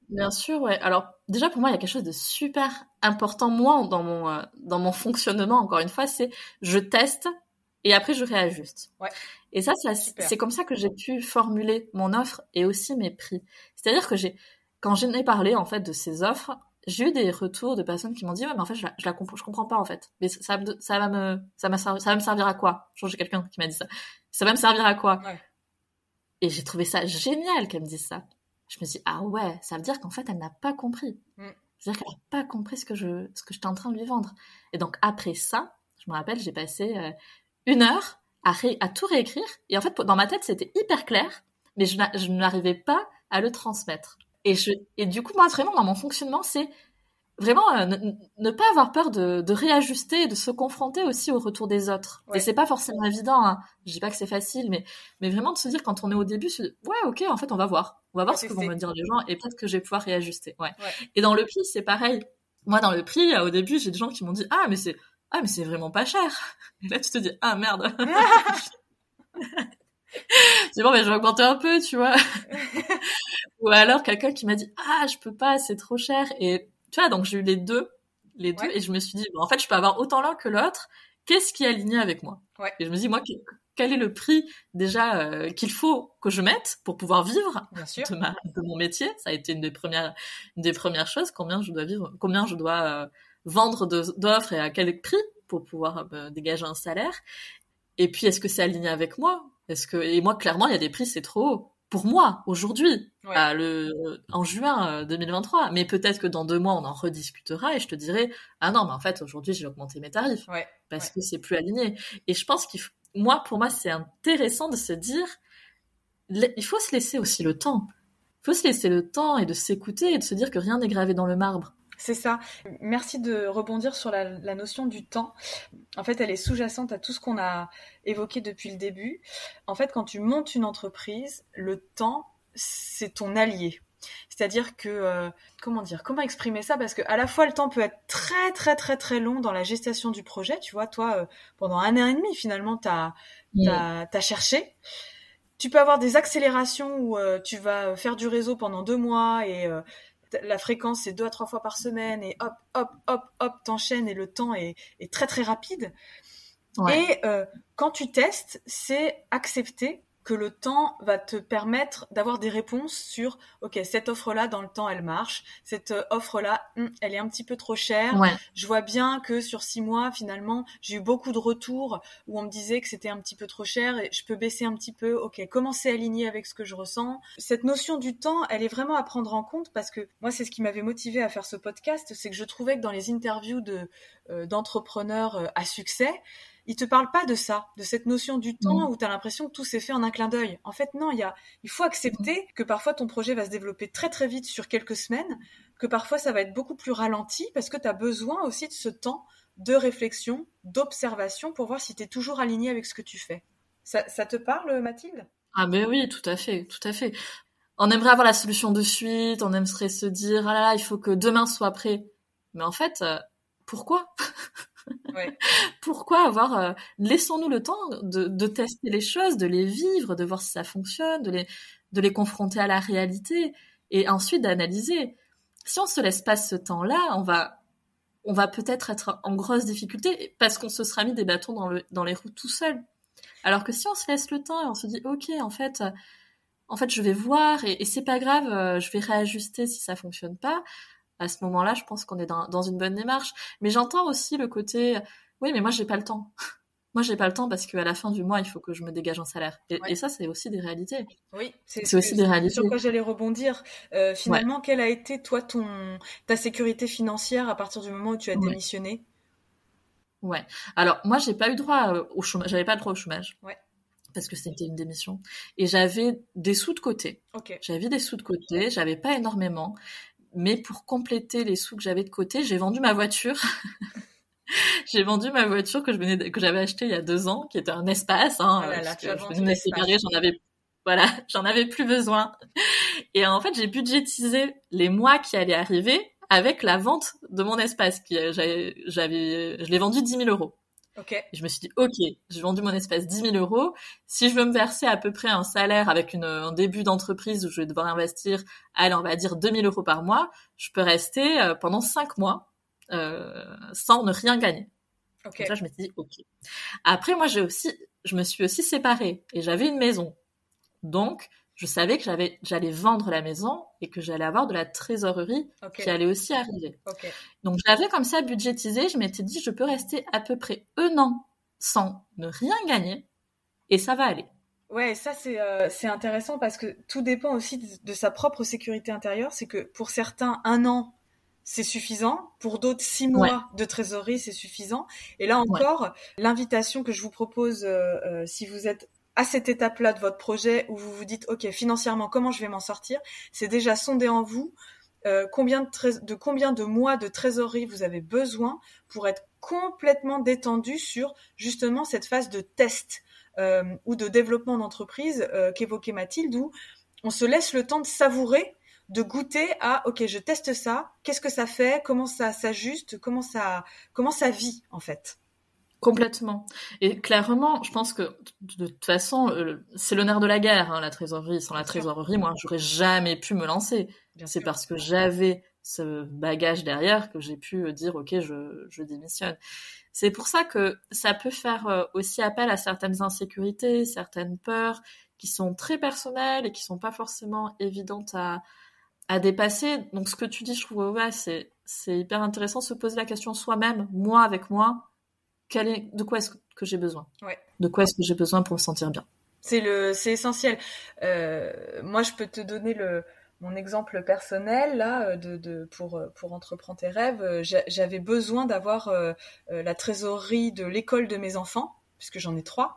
Bien sûr, ouais. Alors, déjà, pour moi, il y a quelque chose de super important, moi, dans mon, euh, dans mon fonctionnement, encore une fois, c'est je teste et après je réajuste.
Ouais.
Et ça, ça
Super.
c'est comme ça que j'ai pu formuler mon offre et aussi mes prix. C'est-à-dire que j'ai, quand j'en ai parlé, en fait, de ces offres, j'ai eu des retours de personnes qui m'ont dit, ouais, mais en fait, je la, je la comprends, je comprends pas, en fait. Mais ça, ça, ça va me, ça m'a, ça va me servir à quoi? Je crois que j'ai quelqu'un qui m'a dit ça. Ça va me servir à quoi?
Ouais.
Et j'ai trouvé ça génial qu'elle me dise ça. Je me suis dit, ah ouais, ça veut dire qu'en fait, elle n'a pas compris.
Mm.
C'est-à-dire qu'elle n'a pas compris ce que je, ce que j'étais en train de lui vendre. Et donc, après ça, je me rappelle, j'ai passé euh, une heure à, ré, à tout réécrire. Et en fait, dans ma tête, c'était hyper clair, mais je, je n'arrivais pas à le transmettre. Et, je, et du coup, moi, vraiment, dans mon fonctionnement, c'est vraiment euh, ne, ne pas avoir peur de, de réajuster et de se confronter aussi au retour des autres. Ouais. Et c'est pas forcément évident, hein. Je dis pas que c'est facile, mais, mais vraiment de se dire quand on est au début, se dire, ouais, ok, en fait, on va voir. On va voir ouais, ce que vont me dire les gens et peut-être que je vais pouvoir réajuster. Ouais. ouais. Et dans le prix, c'est pareil. Moi, dans le prix, au début, j'ai des gens qui m'ont dit, ah, mais c'est, ah, mais c'est vraiment pas cher. Et là, tu te dis, ah, merde. C'est bon, mais je vais augmenter un peu, tu vois. Ou alors, quelqu'un qui m'a dit, ah, je peux pas, c'est trop cher. Et, tu vois, donc j'ai eu les deux, les deux, ouais. Et je me suis dit, bon, en fait, je peux avoir autant l'un que l'autre. Qu'est-ce qui est aligné avec moi? Ouais. Et je me dis, moi, quel est le prix déjà euh, qu'il faut que je mette pour pouvoir vivre de, ma, de mon métier? Ça a été une des premières, une des premières choses. Combien je dois vivre, combien je dois euh, vendre de, d'offres et à quel prix pour pouvoir euh, dégager un salaire? Et puis, est-ce que c'est aligné avec moi? Est-ce que et moi, clairement, il y a des prix, c'est trop haut. Pour moi, aujourd'hui, ouais. à le, en juin deux mille vingt-trois. Mais peut-être que dans deux mois, on en rediscutera et je te dirai, ah non, mais en fait, aujourd'hui, j'ai augmenté mes tarifs. Ouais. Parce ouais. que c'est plus aligné. Et je pense qu'il faut, moi, pour moi, c'est intéressant de se dire, il faut se laisser aussi le temps. Il faut se laisser le temps et de s'écouter et de se dire que rien n'est gravé dans le marbre.
C'est ça. Merci de rebondir sur la, la notion du temps. En fait, elle est sous-jacente à tout ce qu'on a évoqué depuis le début. En fait, quand tu montes une entreprise, le temps, c'est ton allié. C'est-à-dire que, euh, comment dire, comment exprimer ça? Parce que à la fois, le temps peut être très, très, très, très long dans la gestation du projet. Tu vois, toi, euh, pendant un an et demi, finalement, t'as, mmh. t'as, t'as cherché. Tu peux avoir des accélérations où euh, tu vas faire du réseau pendant deux mois et euh, la fréquence c'est deux à trois fois par semaine et hop, hop, hop, hop, t'enchaînes et le temps est, est très très rapide. Ouais. Et euh, quand tu testes, c'est accepter que le temps va te permettre d'avoir des réponses sur ok, cette offre-là dans le temps elle marche, cette offre-là hum, elle est un petit peu trop chère. Ouais. Je vois bien que sur six mois finalement j'ai eu beaucoup de retours où on me disait que c'était un petit peu trop cher et je peux baisser un petit peu. Ok, comment c'est aligné avec ce que je ressens? Cette notion du temps, elle est vraiment à prendre en compte parce que moi c'est ce qui m'avait motivée à faire ce podcast, c'est que je trouvais que dans les interviews de euh, d'entrepreneurs euh, à succès, ils te parlent pas de ça, de cette notion du temps mmh. où tu as l'impression que tout s'est fait en un clin d'œil. En fait, non, il y a, il faut accepter que parfois ton projet va se développer très très vite sur quelques semaines, que parfois ça va être beaucoup plus ralenti parce que tu as besoin aussi de ce temps de réflexion, d'observation pour voir si tu es toujours aligné avec ce que tu fais. Ça, ça te parle, Mathilde?
Ah ben oui, tout à fait, tout à fait. On aimerait avoir la solution de suite, on aimerait se dire, ah là là, il faut que demain soit prêt. Mais en fait, euh, pourquoi? Ouais. Pourquoi avoir euh, laissons-nous le temps de, de tester les choses, de les vivre, de voir si ça fonctionne, de les, de les confronter à la réalité et ensuite d'analyser. Si on se laisse pas ce temps-là, on va, on va peut-être être en grosse difficulté parce qu'on se sera mis des bâtons dans, le, dans les roues tout seul. Alors que si on se laisse le temps et on se dit ok, en fait, euh, en fait, je vais voir et, et c'est pas grave, euh, je vais réajuster si ça fonctionne pas. À ce moment-là, je pense qu'on est dans, dans une bonne démarche. Mais j'entends aussi le côté, oui, mais moi, j'ai pas le temps. Moi, j'ai pas le temps parce qu'à la fin du mois, il faut que je me dégage un salaire. Et, ouais. et ça, c'est aussi des réalités.
Oui,
c'est, c'est aussi des réalités.
Sur quoi j'allais rebondir. Euh, finalement, ouais. Quelle a été, toi, ton, ta sécurité financière à partir du moment où tu as ouais. démissionné?
Ouais. Alors, moi, j'ai pas eu droit au chômage. J'avais pas le droit au chômage.
Ouais.
Parce que c'était une démission. Et j'avais des sous de côté.
Okay.
J'avais des sous de côté. J'avais pas énormément. Mais pour compléter les sous que j'avais de côté, j'ai vendu ma voiture. j'ai vendu ma voiture que je venais de, que j'avais achetée il y a deux ans, qui était un espace. Hein,
oh là là,
parce que je venais de me séparer, j'en avais, voilà, j'en avais plus besoin. Et en fait, j'ai budgétisé les mois qui allaient arriver avec la vente de mon espace. Qui, j'avais, j'avais, je l'ai vendu dix mille euros.
Ok.
Et je me suis dit, ok, j'ai vendu mon espace dix mille euros. Si je veux me verser à peu près un salaire avec une, un début d'entreprise où je vais devoir investir, allez, on va dire deux mille euros par mois, je peux rester euh, pendant cinq mois euh, sans ne rien gagner.
Okay.
Donc là, je me suis dit, ok. Après, moi, j'ai aussi, je me suis aussi séparée et j'avais une maison. Donc, je savais que j'avais, j'allais vendre la maison et que j'allais avoir de la trésorerie okay. qui allait aussi arriver.
Okay.
Donc, j'avais comme ça budgétisé. Je m'étais dit, je peux rester à peu près un an sans ne rien gagner et ça va aller.
Ouais, ça c'est euh, c'est intéressant parce que tout dépend aussi de, de sa propre sécurité intérieure. C'est que pour certains, un an c'est suffisant. Pour d'autres, six mois ouais. de trésorerie c'est suffisant. Et là encore, ouais. l'invitation que je vous propose, euh, euh, si vous êtes à cette étape-là de votre projet où vous vous dites, ok, financièrement, comment je vais m'en sortir, c'est déjà sonder en vous euh, combien de, trés- de combien de mois de trésorerie vous avez besoin pour être complètement détendu sur justement cette phase de test euh, ou de développement d'entreprise euh, qu'évoquait Mathilde, où on se laisse le temps de savourer, de goûter à, ok, je teste ça, qu'est-ce que ça fait, comment ça s'ajuste, comment ça, comment ça vit en fait.
Complètement. Et clairement, je pense que de toute façon, euh, c'est le nerf de la guerre, hein, la trésorerie. Sans la trésorerie, moi, j'aurais jamais pu me lancer. Bien c'est sûr. Parce que j'avais ce bagage derrière que j'ai pu dire, ok, je, je démissionne. C'est pour ça que ça peut faire aussi appel à certaines insécurités, certaines peurs qui sont très personnelles et qui sont pas forcément évidentes à, à dépasser. Donc, ce que tu dis, je trouve, ouais, c'est, c'est hyper intéressant de se poser la question soi-même, moi avec moi. Quel est, de quoi est-ce que j'ai besoin ?
Ouais.
De quoi est-ce que j'ai besoin pour me sentir bien ?
C'est le, c'est essentiel. Euh, moi, je peux te donner le, mon exemple personnel là, de, de pour pour entreprendre tes rêves. J'avais besoin d'avoir euh, la trésorerie de l'école de mes enfants, puisque j'en ai trois,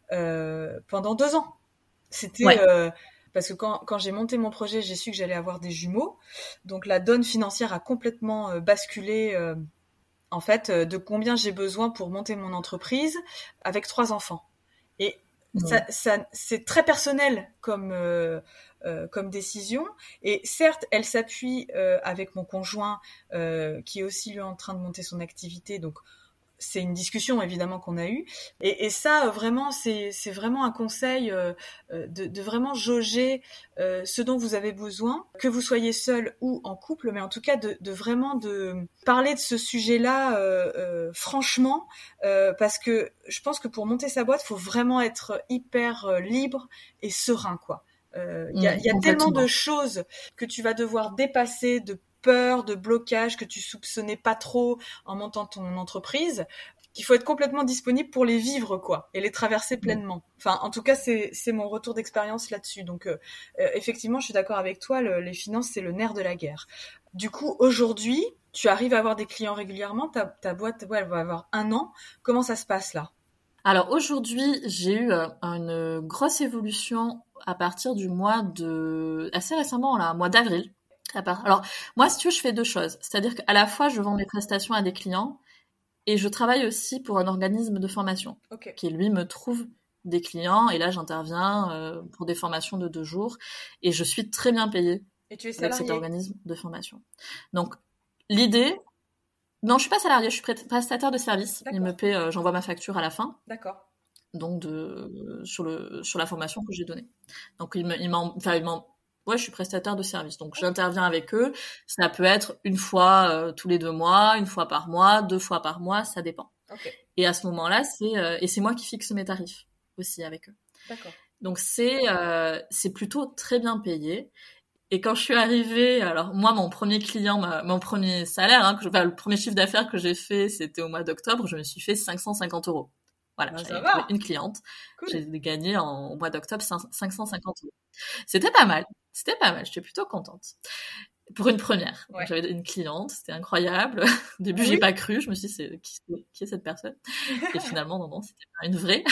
euh, pendant deux ans. C'était ouais. euh, parce que quand quand j'ai monté mon projet, j'ai su que j'allais avoir des jumeaux, donc la donne financière a complètement euh, basculé. Euh, en fait, de combien j'ai besoin pour monter mon entreprise avec trois enfants. Et mmh. ça, ça, c'est très personnel comme, euh, euh, comme décision. Et certes, elle s'appuie euh, avec mon conjoint euh, qui est aussi lui en train de monter son activité. Donc, c'est une discussion évidemment qu'on a eue. Et, et ça, vraiment, c'est, c'est vraiment un conseil euh, de, de vraiment jauger euh, ce dont vous avez besoin, que vous soyez seul ou en couple, mais en tout cas de, de vraiment de parler de ce sujet-là euh, euh, franchement, euh, parce que je pense que pour monter sa boîte, il faut vraiment être hyper euh, libre et serein, quoi. Il euh, y a, mmh, y a tellement de choses que tu vas devoir dépasser, de peur, de blocage que tu soupçonnais pas trop en montant ton entreprise, qu'il faut être complètement disponible pour les vivre, quoi, et les traverser pleinement. Enfin, en tout cas, c'est, c'est mon retour d'expérience là-dessus. Donc, euh, effectivement, je suis d'accord avec toi, le, les finances, c'est le nerf de la guerre. Du coup, aujourd'hui, tu arrives à avoir des clients régulièrement, ta, ta boîte, ouais, elle va avoir un an. Comment ça se passe, là ?
Alors, aujourd'hui, j'ai eu euh, une grosse évolution à partir du mois de... assez récemment, là, mois d'avril. Alors, moi, si tu veux, je fais deux choses. C'est-à-dire qu'à la fois, je vends mes prestations à des clients et je travaille aussi pour un organisme de formation okay. qui, lui, me trouve des clients. Et là, j'interviens euh, pour des formations de deux jours et je suis très bien payée
et tu es
avec cet organisme de formation. Donc, l'idée... Non, je suis pas salariée, je suis prestataire de service. D'accord. Il me paie, euh, j'envoie ma facture à la fin.
D'accord.
Donc, de, sur, le, sur la formation que j'ai donnée. Donc, il, me, il m'en... Enfin, il m'en Ouais, je suis prestataire de service, donc j'interviens avec eux. Ça peut être une fois euh, tous les deux mois, une fois par mois, deux fois par mois, ça dépend.
Okay.
Et à ce moment-là, c'est euh, et c'est moi qui fixe mes tarifs aussi avec eux.
D'accord.
Donc c'est euh, c'est plutôt très bien payé. Et quand je suis arrivée, alors moi mon premier client, ma, mon premier salaire, hein, que je, enfin, le premier chiffre d'affaires que j'ai fait, c'était au mois d'octobre. Je me suis fait cinq cent cinquante euros. Voilà,
ben,
j'avais trouvé une cliente. Cool. J'ai gagné en, au mois d'octobre cinq cent cinquante euros. C'était pas mal. C'était pas mal. J'étais plutôt contente. Pour une première. Ouais. J'avais une cliente. C'était incroyable. Au début, oui. j'ai pas cru. Je me suis dit, c'est, qui, qui est cette personne? Et finalement, non, non, c'était pas une vraie.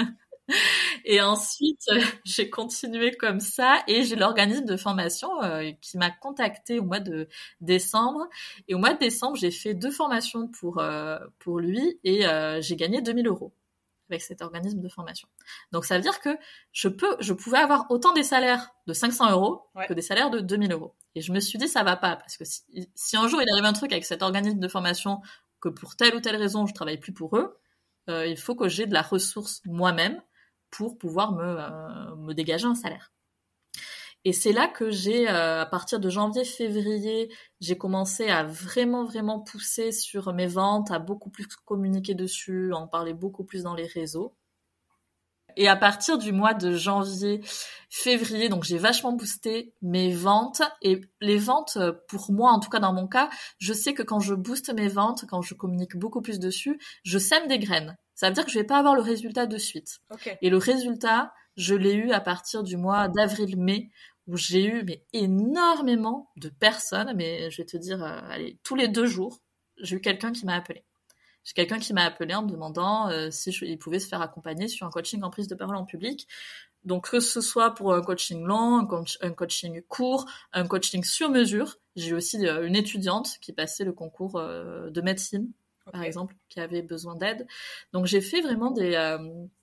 Et ensuite, euh, j'ai continué comme ça et j'ai l'organisme de formation euh, qui m'a contactée au mois de décembre. Et au mois de décembre, j'ai fait deux formations pour, euh, pour lui et euh, j'ai gagné deux mille euros. Avec cet organisme de formation. Donc, ça veut dire que je peux, je pouvais avoir autant des salaires de cinq cents euros ouais. que des salaires de deux mille euros. Et je me suis dit, ça va pas, parce que si, si un jour il arrive un truc avec cet organisme de formation, que pour telle ou telle raison, je travaille plus pour eux, euh, il faut que j'ai de la ressource moi-même pour pouvoir me, euh, me dégager un salaire. Et c'est là que j'ai, euh, à partir de janvier-février, j'ai commencé à vraiment, vraiment pousser sur mes ventes, à beaucoup plus communiquer dessus, à en parler beaucoup plus dans les réseaux. Et à partir du mois de janvier-février, donc j'ai vachement boosté mes ventes. Et les ventes, pour moi, en tout cas dans mon cas, je sais que quand je booste mes ventes, quand je communique beaucoup plus dessus, je sème des graines. Ça veut dire que je vais pas avoir le résultat de suite.
Okay.
Et le résultat, je l'ai eu à partir du mois d'avril-mai, où j'ai eu mais énormément de personnes, mais je vais te dire, euh, allez, tous les deux jours, j'ai eu quelqu'un qui m'a appelé. J'ai quelqu'un qui m'a appelé en me demandant euh, si je, il pouvait se faire accompagner sur un coaching en prise de parole en public. Donc que ce soit pour un coaching long, un, coach, un coaching court, un coaching sur mesure. J'ai aussi euh, une étudiante qui passait le concours euh, de médecine, okay. par exemple, qui avait besoin d'aide. Donc j'ai fait vraiment des... Euh,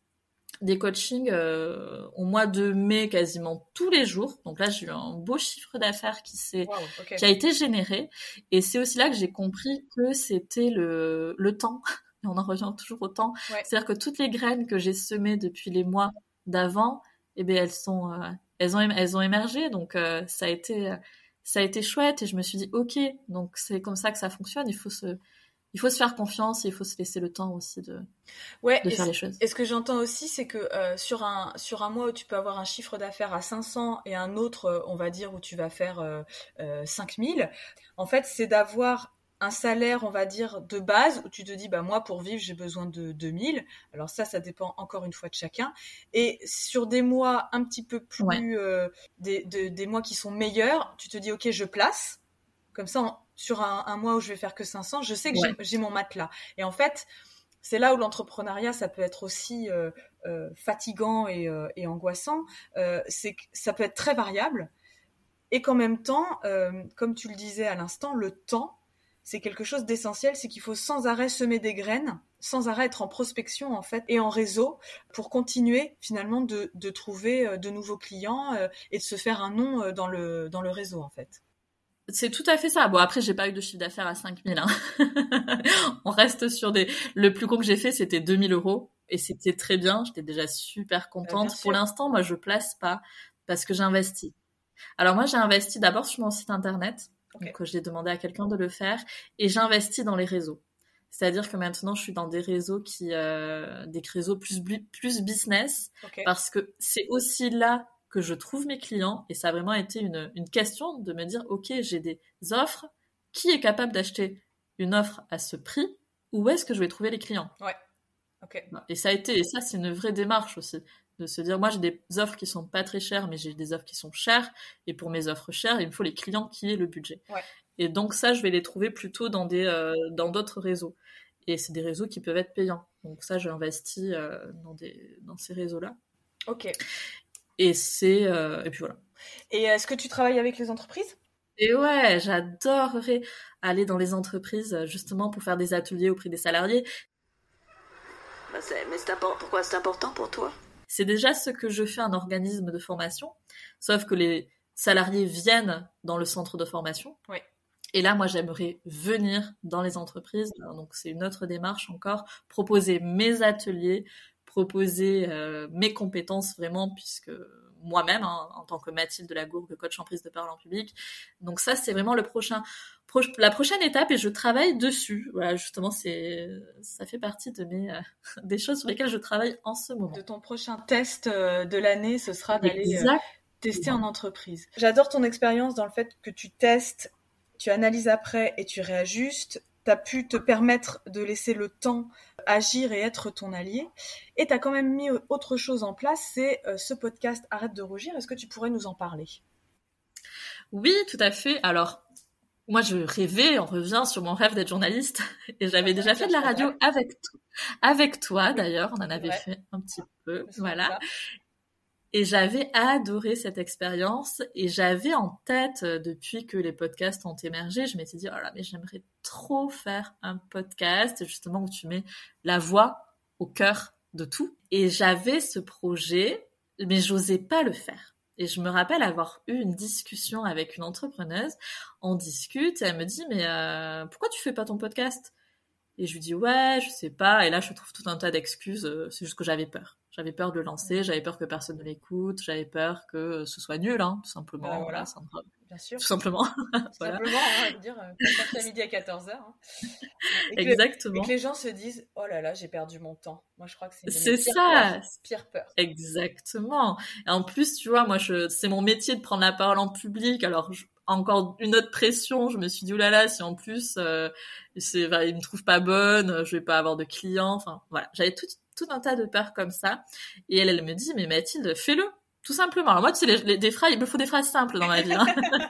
des coachings euh, au mois de mai quasiment tous les jours. Donc là, j'ai eu un beau chiffre d'affaires qui s'est wow, okay. qui a été généré. Et c'est aussi là que j'ai compris que c'était le, le temps. Et on en revient toujours au temps. Ouais. C'est-à-dire que toutes les graines que j'ai semées depuis les mois d'avant, eh bien, elles sont, euh, elles ont, elles ont émergé. Donc euh, ça a été, ça a été chouette. Et je me suis dit, ok, donc c'est comme ça que ça fonctionne. Il faut se Il faut se faire confiance et il faut se laisser le temps aussi de,
ouais,
de faire les choses.
Et ce que j'entends aussi, c'est que euh, sur, un, sur un mois où tu peux avoir un chiffre d'affaires à cinq cents et un autre, euh, on va dire, où tu vas faire euh, euh, cinq mille, en fait, c'est d'avoir un salaire, on va dire, de base, où tu te dis, bah moi, pour vivre, j'ai besoin de deux mille. Alors ça, ça dépend encore une fois de chacun. Et sur des mois un petit peu plus... Ouais. Euh, des, de, des mois qui sont meilleurs, tu te dis, ok, je place. Comme ça, on, sur un, un mois où je vais faire que cinq cents, je sais que ouais. j'ai, j'ai mon matelas. Et en fait, c'est là où l'entrepreneuriat, ça peut être aussi euh, euh, fatigant et, euh, et angoissant. Euh, c'est que ça peut être très variable. Et qu'en même temps, euh, comme tu le disais à l'instant, le temps, c'est quelque chose d'essentiel. C'est qu'il faut sans arrêt semer des graines, sans arrêt être en prospection, en fait, et en réseau pour continuer, finalement, de, de trouver de nouveaux clients euh, et de se faire un nom dans le, dans le réseau, en fait.
C'est tout à fait ça. Bon, après, j'ai pas eu de chiffre d'affaires à cinq mille, hein. On reste sur des, le plus gros que j'ai fait, c'était deux mille euros. Et c'était très bien. J'étais déjà super contente. Euh, Pour l'instant, moi, je place pas parce que j'investis. Alors, moi, j'ai investi d'abord sur mon site internet. Okay. Donc, j'ai demandé à quelqu'un de le faire et j'investis dans les réseaux. C'est-à-dire que maintenant, je suis dans des réseaux qui, euh, des réseaux plus, plus business. Okay. Parce que c'est aussi là que je trouve mes clients, et ça a vraiment été une, une question de me dire, ok, j'ai des offres, qui est capable d'acheter une offre à ce prix, où est-ce que je vais trouver les clients?
Ouais, ok.
Et ça a été, et ça c'est une vraie démarche aussi, de se dire, moi j'ai des offres qui sont pas très chères, mais j'ai des offres qui sont chères, et pour mes offres chères, il me faut les clients qui aient le budget.
Ouais.
Et donc ça, je vais les trouver plutôt dans des, euh, dans d'autres réseaux. Et c'est des réseaux qui peuvent être payants. Donc ça, j'ai investi euh, dans des, dans ces réseaux-là.
Ok.
Et c'est euh, et puis voilà.
Et est-ce que tu travailles avec les entreprises?
Et ouais, j'adorerais aller dans les entreprises justement pour faire des ateliers auprès des salariés.
Bah c'est, mais c'est important. Pourquoi c'est important pour toi?
C'est déjà ce que je fais en organisme de formation, sauf que les salariés viennent dans le centre de formation.
Oui.
Et là, moi, j'aimerais venir dans les entreprises. Alors, donc, c'est une autre démarche encore, proposer mes ateliers, proposer euh, mes compétences vraiment, puisque moi-même, hein, en tant que Mathilde Delagourgue, coach en prise de parole en public. Donc ça, c'est vraiment le prochain, pro- la prochaine étape et je travaille dessus. Voilà, justement, c'est, ça fait partie de mes, euh, des choses sur lesquelles je travaille en ce moment.
De ton prochain test euh, de l'année, ce sera d'aller euh, tester en entreprise. J'adore ton expérience dans le fait que tu testes, tu analyses après et tu réajustes. Tu as pu te permettre de laisser le temps agir et être ton allié. Et tu as quand même mis autre chose en place, c'est euh, ce podcast Arrête de rougir. Est-ce que tu pourrais nous en parler?
Oui, tout à fait. Alors, moi, je rêvais, on revient sur mon rêve d'être journaliste. Et j'avais déjà fait de la radio avec, to- avec toi, d'ailleurs. On en avait ouais. fait un petit peu. Voilà. Et j'avais adoré cette expérience et j'avais en tête, depuis que les podcasts ont émergé, je m'étais dit, oh là, mais j'aimerais trop faire un podcast, justement, où tu mets la voix au cœur de tout. Et j'avais ce projet, mais j'osais pas le faire. Et je me rappelle avoir eu une discussion avec une entrepreneuse. On discute et elle me dit, mais euh, pourquoi tu fais pas ton podcast? Et je lui dis ouais, je sais pas. Et là, je trouve tout un tas d'excuses. Euh, c'est juste que j'avais peur. J'avais peur de le lancer, j'avais peur que personne ne l'écoute, j'avais peur que ce soit nul, hein, tout simplement.
Bah, voilà,
voilà,
bien sûr.
Tout simplement.
Tout
voilà.
simplement, hein, on va dire, euh, à midi à quatorze heures. Hein. Et
Exactement.
Que, et que les gens se disent, oh là là, j'ai perdu mon temps. Moi, je crois que c'est,
c'est
pire
ça.
Peur, pire peur.
Exactement. Et en plus, tu vois, moi, je, c'est mon métier de prendre la parole en public. Alors, je, encore une autre pression. Je me suis dit, oh là là, si en plus, euh, c'est, enfin, ils me trouvent pas bonne, je vais pas avoir de clients. Enfin, voilà. J'avais tout, tout un tas de peurs comme ça. Et elle, elle me dit, mais Mathilde, fais-le. Tout simplement. Alors moi, tu sais, les, les, des phrases, il me faut des phrases simples dans ma vie, hein.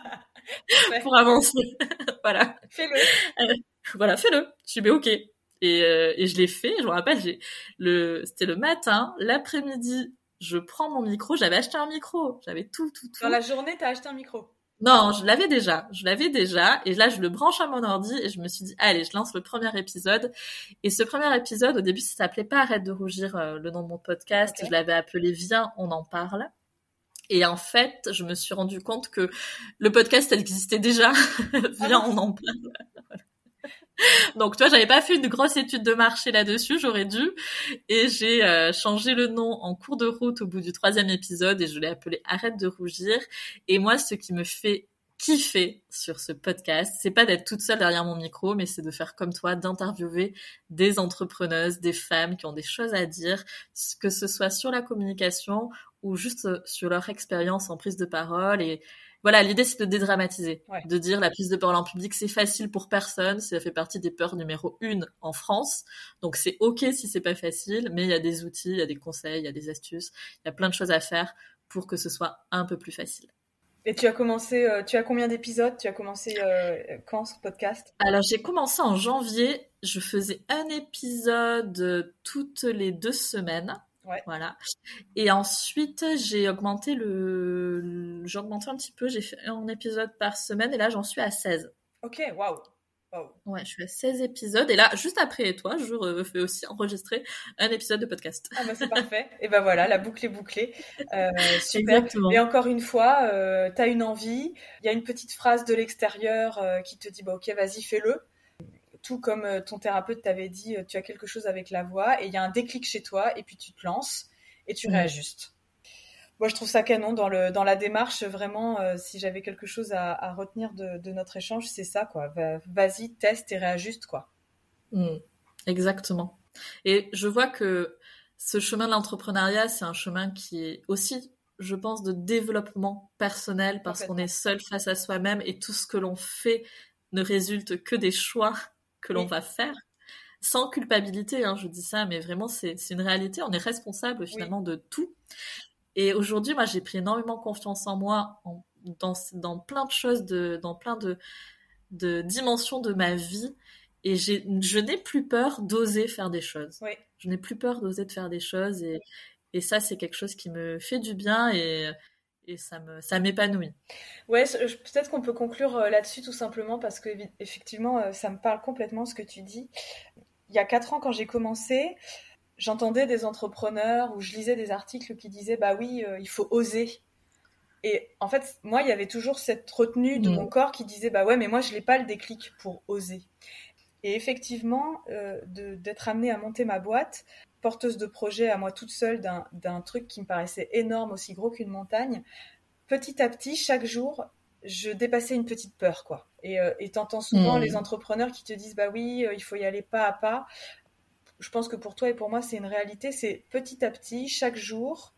Pour avancer. Voilà.
Fais-le.
Euh, voilà, fais-le. Je suis, mais ok. Et, euh, et je l'ai fait. Je me rappelle, j'ai le, c'était le matin, l'après-midi, je prends mon micro. J'avais acheté un micro. J'avais tout, tout, tout.
Dans la journée, t'as acheté un micro?
Non, je l'avais déjà. Je l'avais déjà. Et là, je le branche à mon ordi et je me suis dit, allez, je lance le premier épisode. Et ce premier épisode, au début, ça s'appelait pas Arrête de rougir, euh, le nom de mon podcast. Okay. Je l'avais appelé Viens, on en parle. Et en fait, je me suis rendu compte que le podcast, elle existait déjà. Viens, on en parle. Voilà. Donc, tu vois, j'avais pas fait une grosse étude de marché là-dessus, j'aurais dû. Et j'ai euh, changé le nom en cours de route au bout du troisième épisode et je l'ai appelé Arrête de rougir. Et moi, ce qui me fait kiffer sur ce podcast, c'est pas d'être toute seule derrière mon micro, mais c'est de faire comme toi, d'interviewer des entrepreneuses, des femmes qui ont des choses à dire, que ce soit sur la communication ou juste sur leur expérience en prise de parole. Et voilà, l'idée, c'est de dédramatiser, ouais. de dire la prise de parole en public, c'est facile pour personne, ça fait partie des peurs numéro une en France. Donc, c'est OK si c'est pas facile, mais il y a des outils, il y a des conseils, il y a des astuces, il y a plein de choses à faire pour que ce soit un peu plus facile.
Et tu as commencé, euh, tu as combien d'épisodes? Tu as commencé euh, quand ce podcast?
Alors, j'ai commencé en janvier. Je faisais un épisode toutes les deux semaines.
Ouais.
Voilà. Et ensuite, j'ai augmenté le, j'ai augmenté un petit peu. J'ai fait un épisode par semaine et là, j'en suis à seize.
Ok, waouh. Wow.
Ouais, je suis à seize épisodes. Et là, juste après toi, je fais aussi enregistrer un épisode de podcast.
Ah bah c'est parfait. Et ben voilà, la boucle est bouclée. Euh, super.
Exactement.
Et encore une fois, euh, t'as une envie. Il y a une petite phrase de l'extérieur euh, qui te dit bah ok, vas-y, fais-le. Tout comme euh, ton thérapeute t'avait dit, euh, tu as quelque chose avec la voix et il y a un déclic chez toi et puis tu te lances et tu mmh. réajustes. Moi, je trouve ça canon dans le dans la démarche. Vraiment, euh, si j'avais quelque chose à, à retenir de, de notre échange, c'est ça, quoi. Va, vas-y, teste et réajuste, quoi.
Mmh, exactement. Et je vois que ce chemin de l'entrepreneuriat, c'est un chemin qui est aussi, je pense, de développement personnel parce qu'on est seul face à soi-même et tout ce que l'on fait ne résulte que des choix que l'on oui. va faire. Sans culpabilité, hein, je dis ça, mais vraiment, c'est, c'est une réalité. On est responsable finalement oui. de tout. Et aujourd'hui, moi, j'ai pris énormément confiance en moi en, dans, dans plein de choses, de, dans plein de, de dimensions de ma vie. Et j'ai, je n'ai plus peur d'oser faire des choses.
Oui.
Je n'ai plus peur d'oser de faire des choses. Et, et ça, c'est quelque chose qui me fait du bien et, et ça, me, ça m'épanouit.
Ouais, peut-être qu'on peut conclure là-dessus tout simplement parce que effectivement, ça me parle complètement ce que tu dis. Il y a quatre ans, quand j'ai commencé, j'entendais des entrepreneurs ou je lisais des articles qui disaient bah oui, euh, il faut oser. Et en fait, moi, il y avait toujours cette retenue de mmh. mon corps qui disait bah ouais, mais moi, je n'ai pas le déclic pour oser. Et effectivement, euh, de, d'être amenée à monter ma boîte, porteuse de projet à moi toute seule d'un, d'un truc qui me paraissait énorme, aussi gros qu'une montagne, petit à petit, chaque jour, je dépassais une petite peur, quoi. Et, euh, et t'entends souvent mmh. les entrepreneurs qui te disent bah oui, euh, il faut y aller pas à pas. Je pense que pour toi et pour moi, c'est une réalité. C'est petit à petit, chaque jour,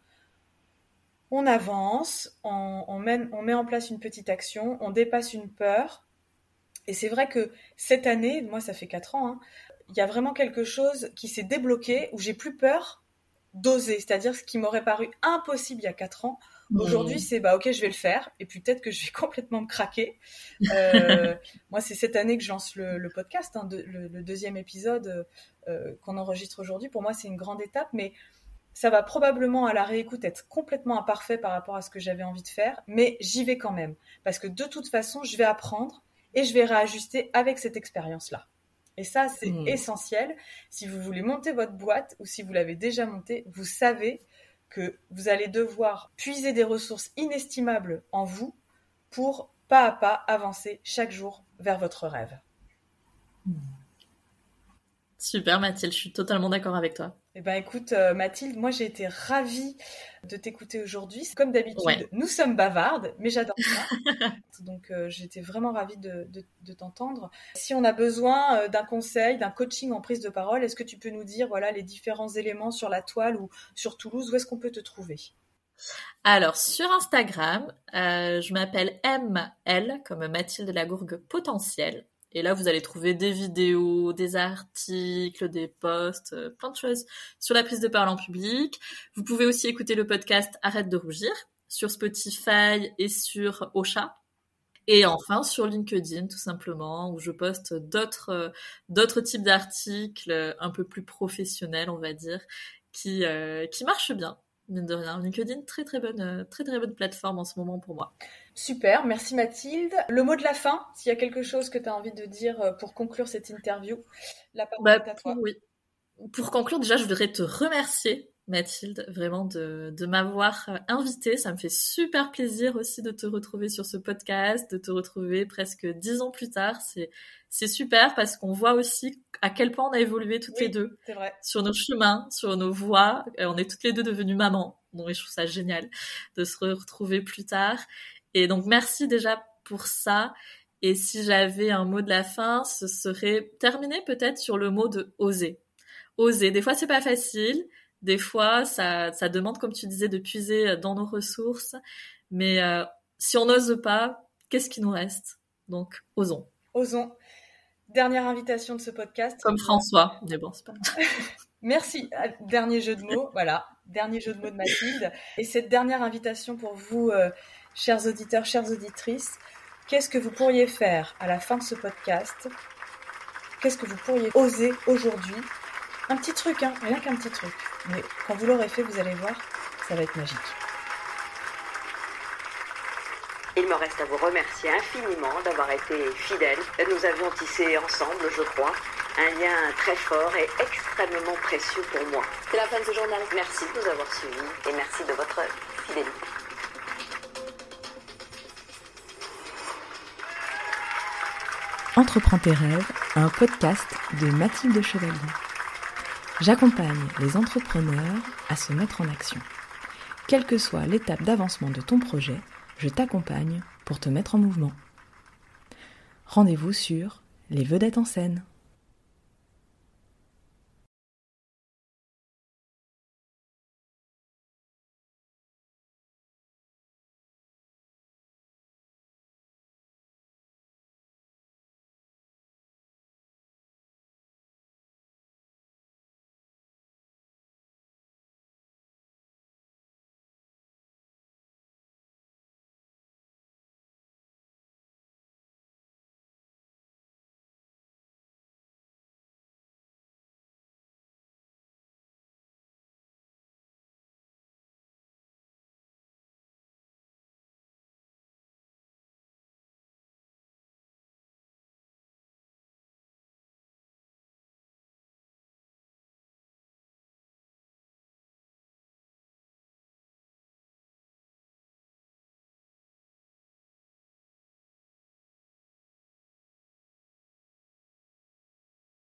on avance, on, on, mène, on met en place une petite action, on dépasse une peur. Et c'est vrai que cette année, moi, ça fait quatre ans, hein, il y a vraiment quelque chose qui s'est débloqué où j'ai plus peur d'oser. C'est-à-dire ce qui m'aurait paru impossible il y a quatre ans. Mmh. Aujourd'hui, c'est bah ok, je vais le faire. Et puis peut-être que je vais complètement me craquer. Euh, moi, c'est cette année que je lance le, le podcast, hein, de, le, le deuxième épisode euh, qu'on enregistre aujourd'hui. Pour moi, c'est une grande étape, mais ça va probablement à la réécoute être complètement imparfait par rapport à ce que j'avais envie de faire. Mais j'y vais quand même. Parce que de toute façon, je vais apprendre et je vais réajuster avec cette expérience-là. Et ça, c'est mmh. essentiel. Si vous voulez monter votre boîte ou si vous l'avez déjà montée, vous savez que vous allez devoir puiser des ressources inestimables en vous pour, pas à pas, avancer chaque jour vers votre rêve.
Super Mathilde, je suis totalement d'accord avec toi.
Eh ben écoute euh, Mathilde, moi j'ai été ravie de t'écouter aujourd'hui. Comme d'habitude, ouais. Nous sommes bavardes, mais j'adore ça. Donc euh, j'étais vraiment ravie de, de, de t'entendre. Si on a besoin euh, d'un conseil, d'un coaching en prise de parole, est-ce que tu peux nous dire voilà les différents éléments sur la toile ou sur Toulouse, où est-ce qu'on peut te trouver ?
Alors sur Instagram, euh, je m'appelle M L comme Mathilde Lagourgue Potentiel. Et là, vous allez trouver des vidéos, des articles, des posts, euh, plein de choses sur la prise de parole en public. Vous pouvez aussi écouter le podcast Arrête de rougir sur Spotify et sur Ocha. Et enfin, sur LinkedIn, tout simplement, où je poste d'autres, euh, d'autres types d'articles un peu plus professionnels, on va dire, qui, euh, qui marchent bien. Mine de rien, LinkedIn, très très bonne, très très bonne plateforme en ce moment pour moi.
Super, merci Mathilde. Le mot de la fin, s'il y a quelque chose que tu as envie de dire pour conclure cette interview, la parole
bah,
est à toi.
Pour, oui. Pour conclure, déjà, je voudrais te remercier, Mathilde, vraiment de, de m'avoir invitée. Ça me fait super plaisir aussi de te retrouver sur ce podcast, de te retrouver presque dix ans plus tard. C'est, c'est super parce qu'on voit aussi à quel point on a évolué toutes
oui,
les deux
c'est vrai.
Sur nos chemins, sur nos voies. On est toutes les deux devenues mamans. Donc, je trouve ça génial de se retrouver plus tard. Et donc, merci déjà pour ça. Et si j'avais un mot de la fin, ce serait terminer peut-être sur le mot de oser. Oser. Des fois, c'est pas facile. Des fois, ça, ça demande, comme tu disais, de puiser dans nos ressources. Mais euh, si on n'ose pas, qu'est-ce qui nous reste ? Donc, osons.
Osons. Dernière invitation de ce podcast.
Comme François. Mais bon, c'est pas...
Merci. Dernier jeu de mots. Voilà. Dernier jeu de mots de Mathilde. Et cette dernière invitation pour vous, euh, chers auditeurs, chères auditrices, qu'est-ce que vous pourriez faire à la fin de ce podcast ? Qu'est-ce que vous pourriez oser aujourd'hui ? Un petit truc, hein, rien qu'un petit truc. Mais quand vous l'aurez fait, vous allez voir, ça va être magique.
Il me reste à vous remercier infiniment d'avoir été fidèles. Nous avions tissé ensemble, je crois, un lien très fort et extrêmement précieux pour moi. C'est la fin de ce journal. Merci de nous avoir suivis et merci de votre fidélité.
Entreprends tes rêves, un podcast de Mathilde Chevalier. J'accompagne les entrepreneurs à se mettre en action. Quelle que soit l'étape d'avancement de ton projet, je t'accompagne pour te mettre en mouvement. Rendez-vous sur Les Vedettes en scène.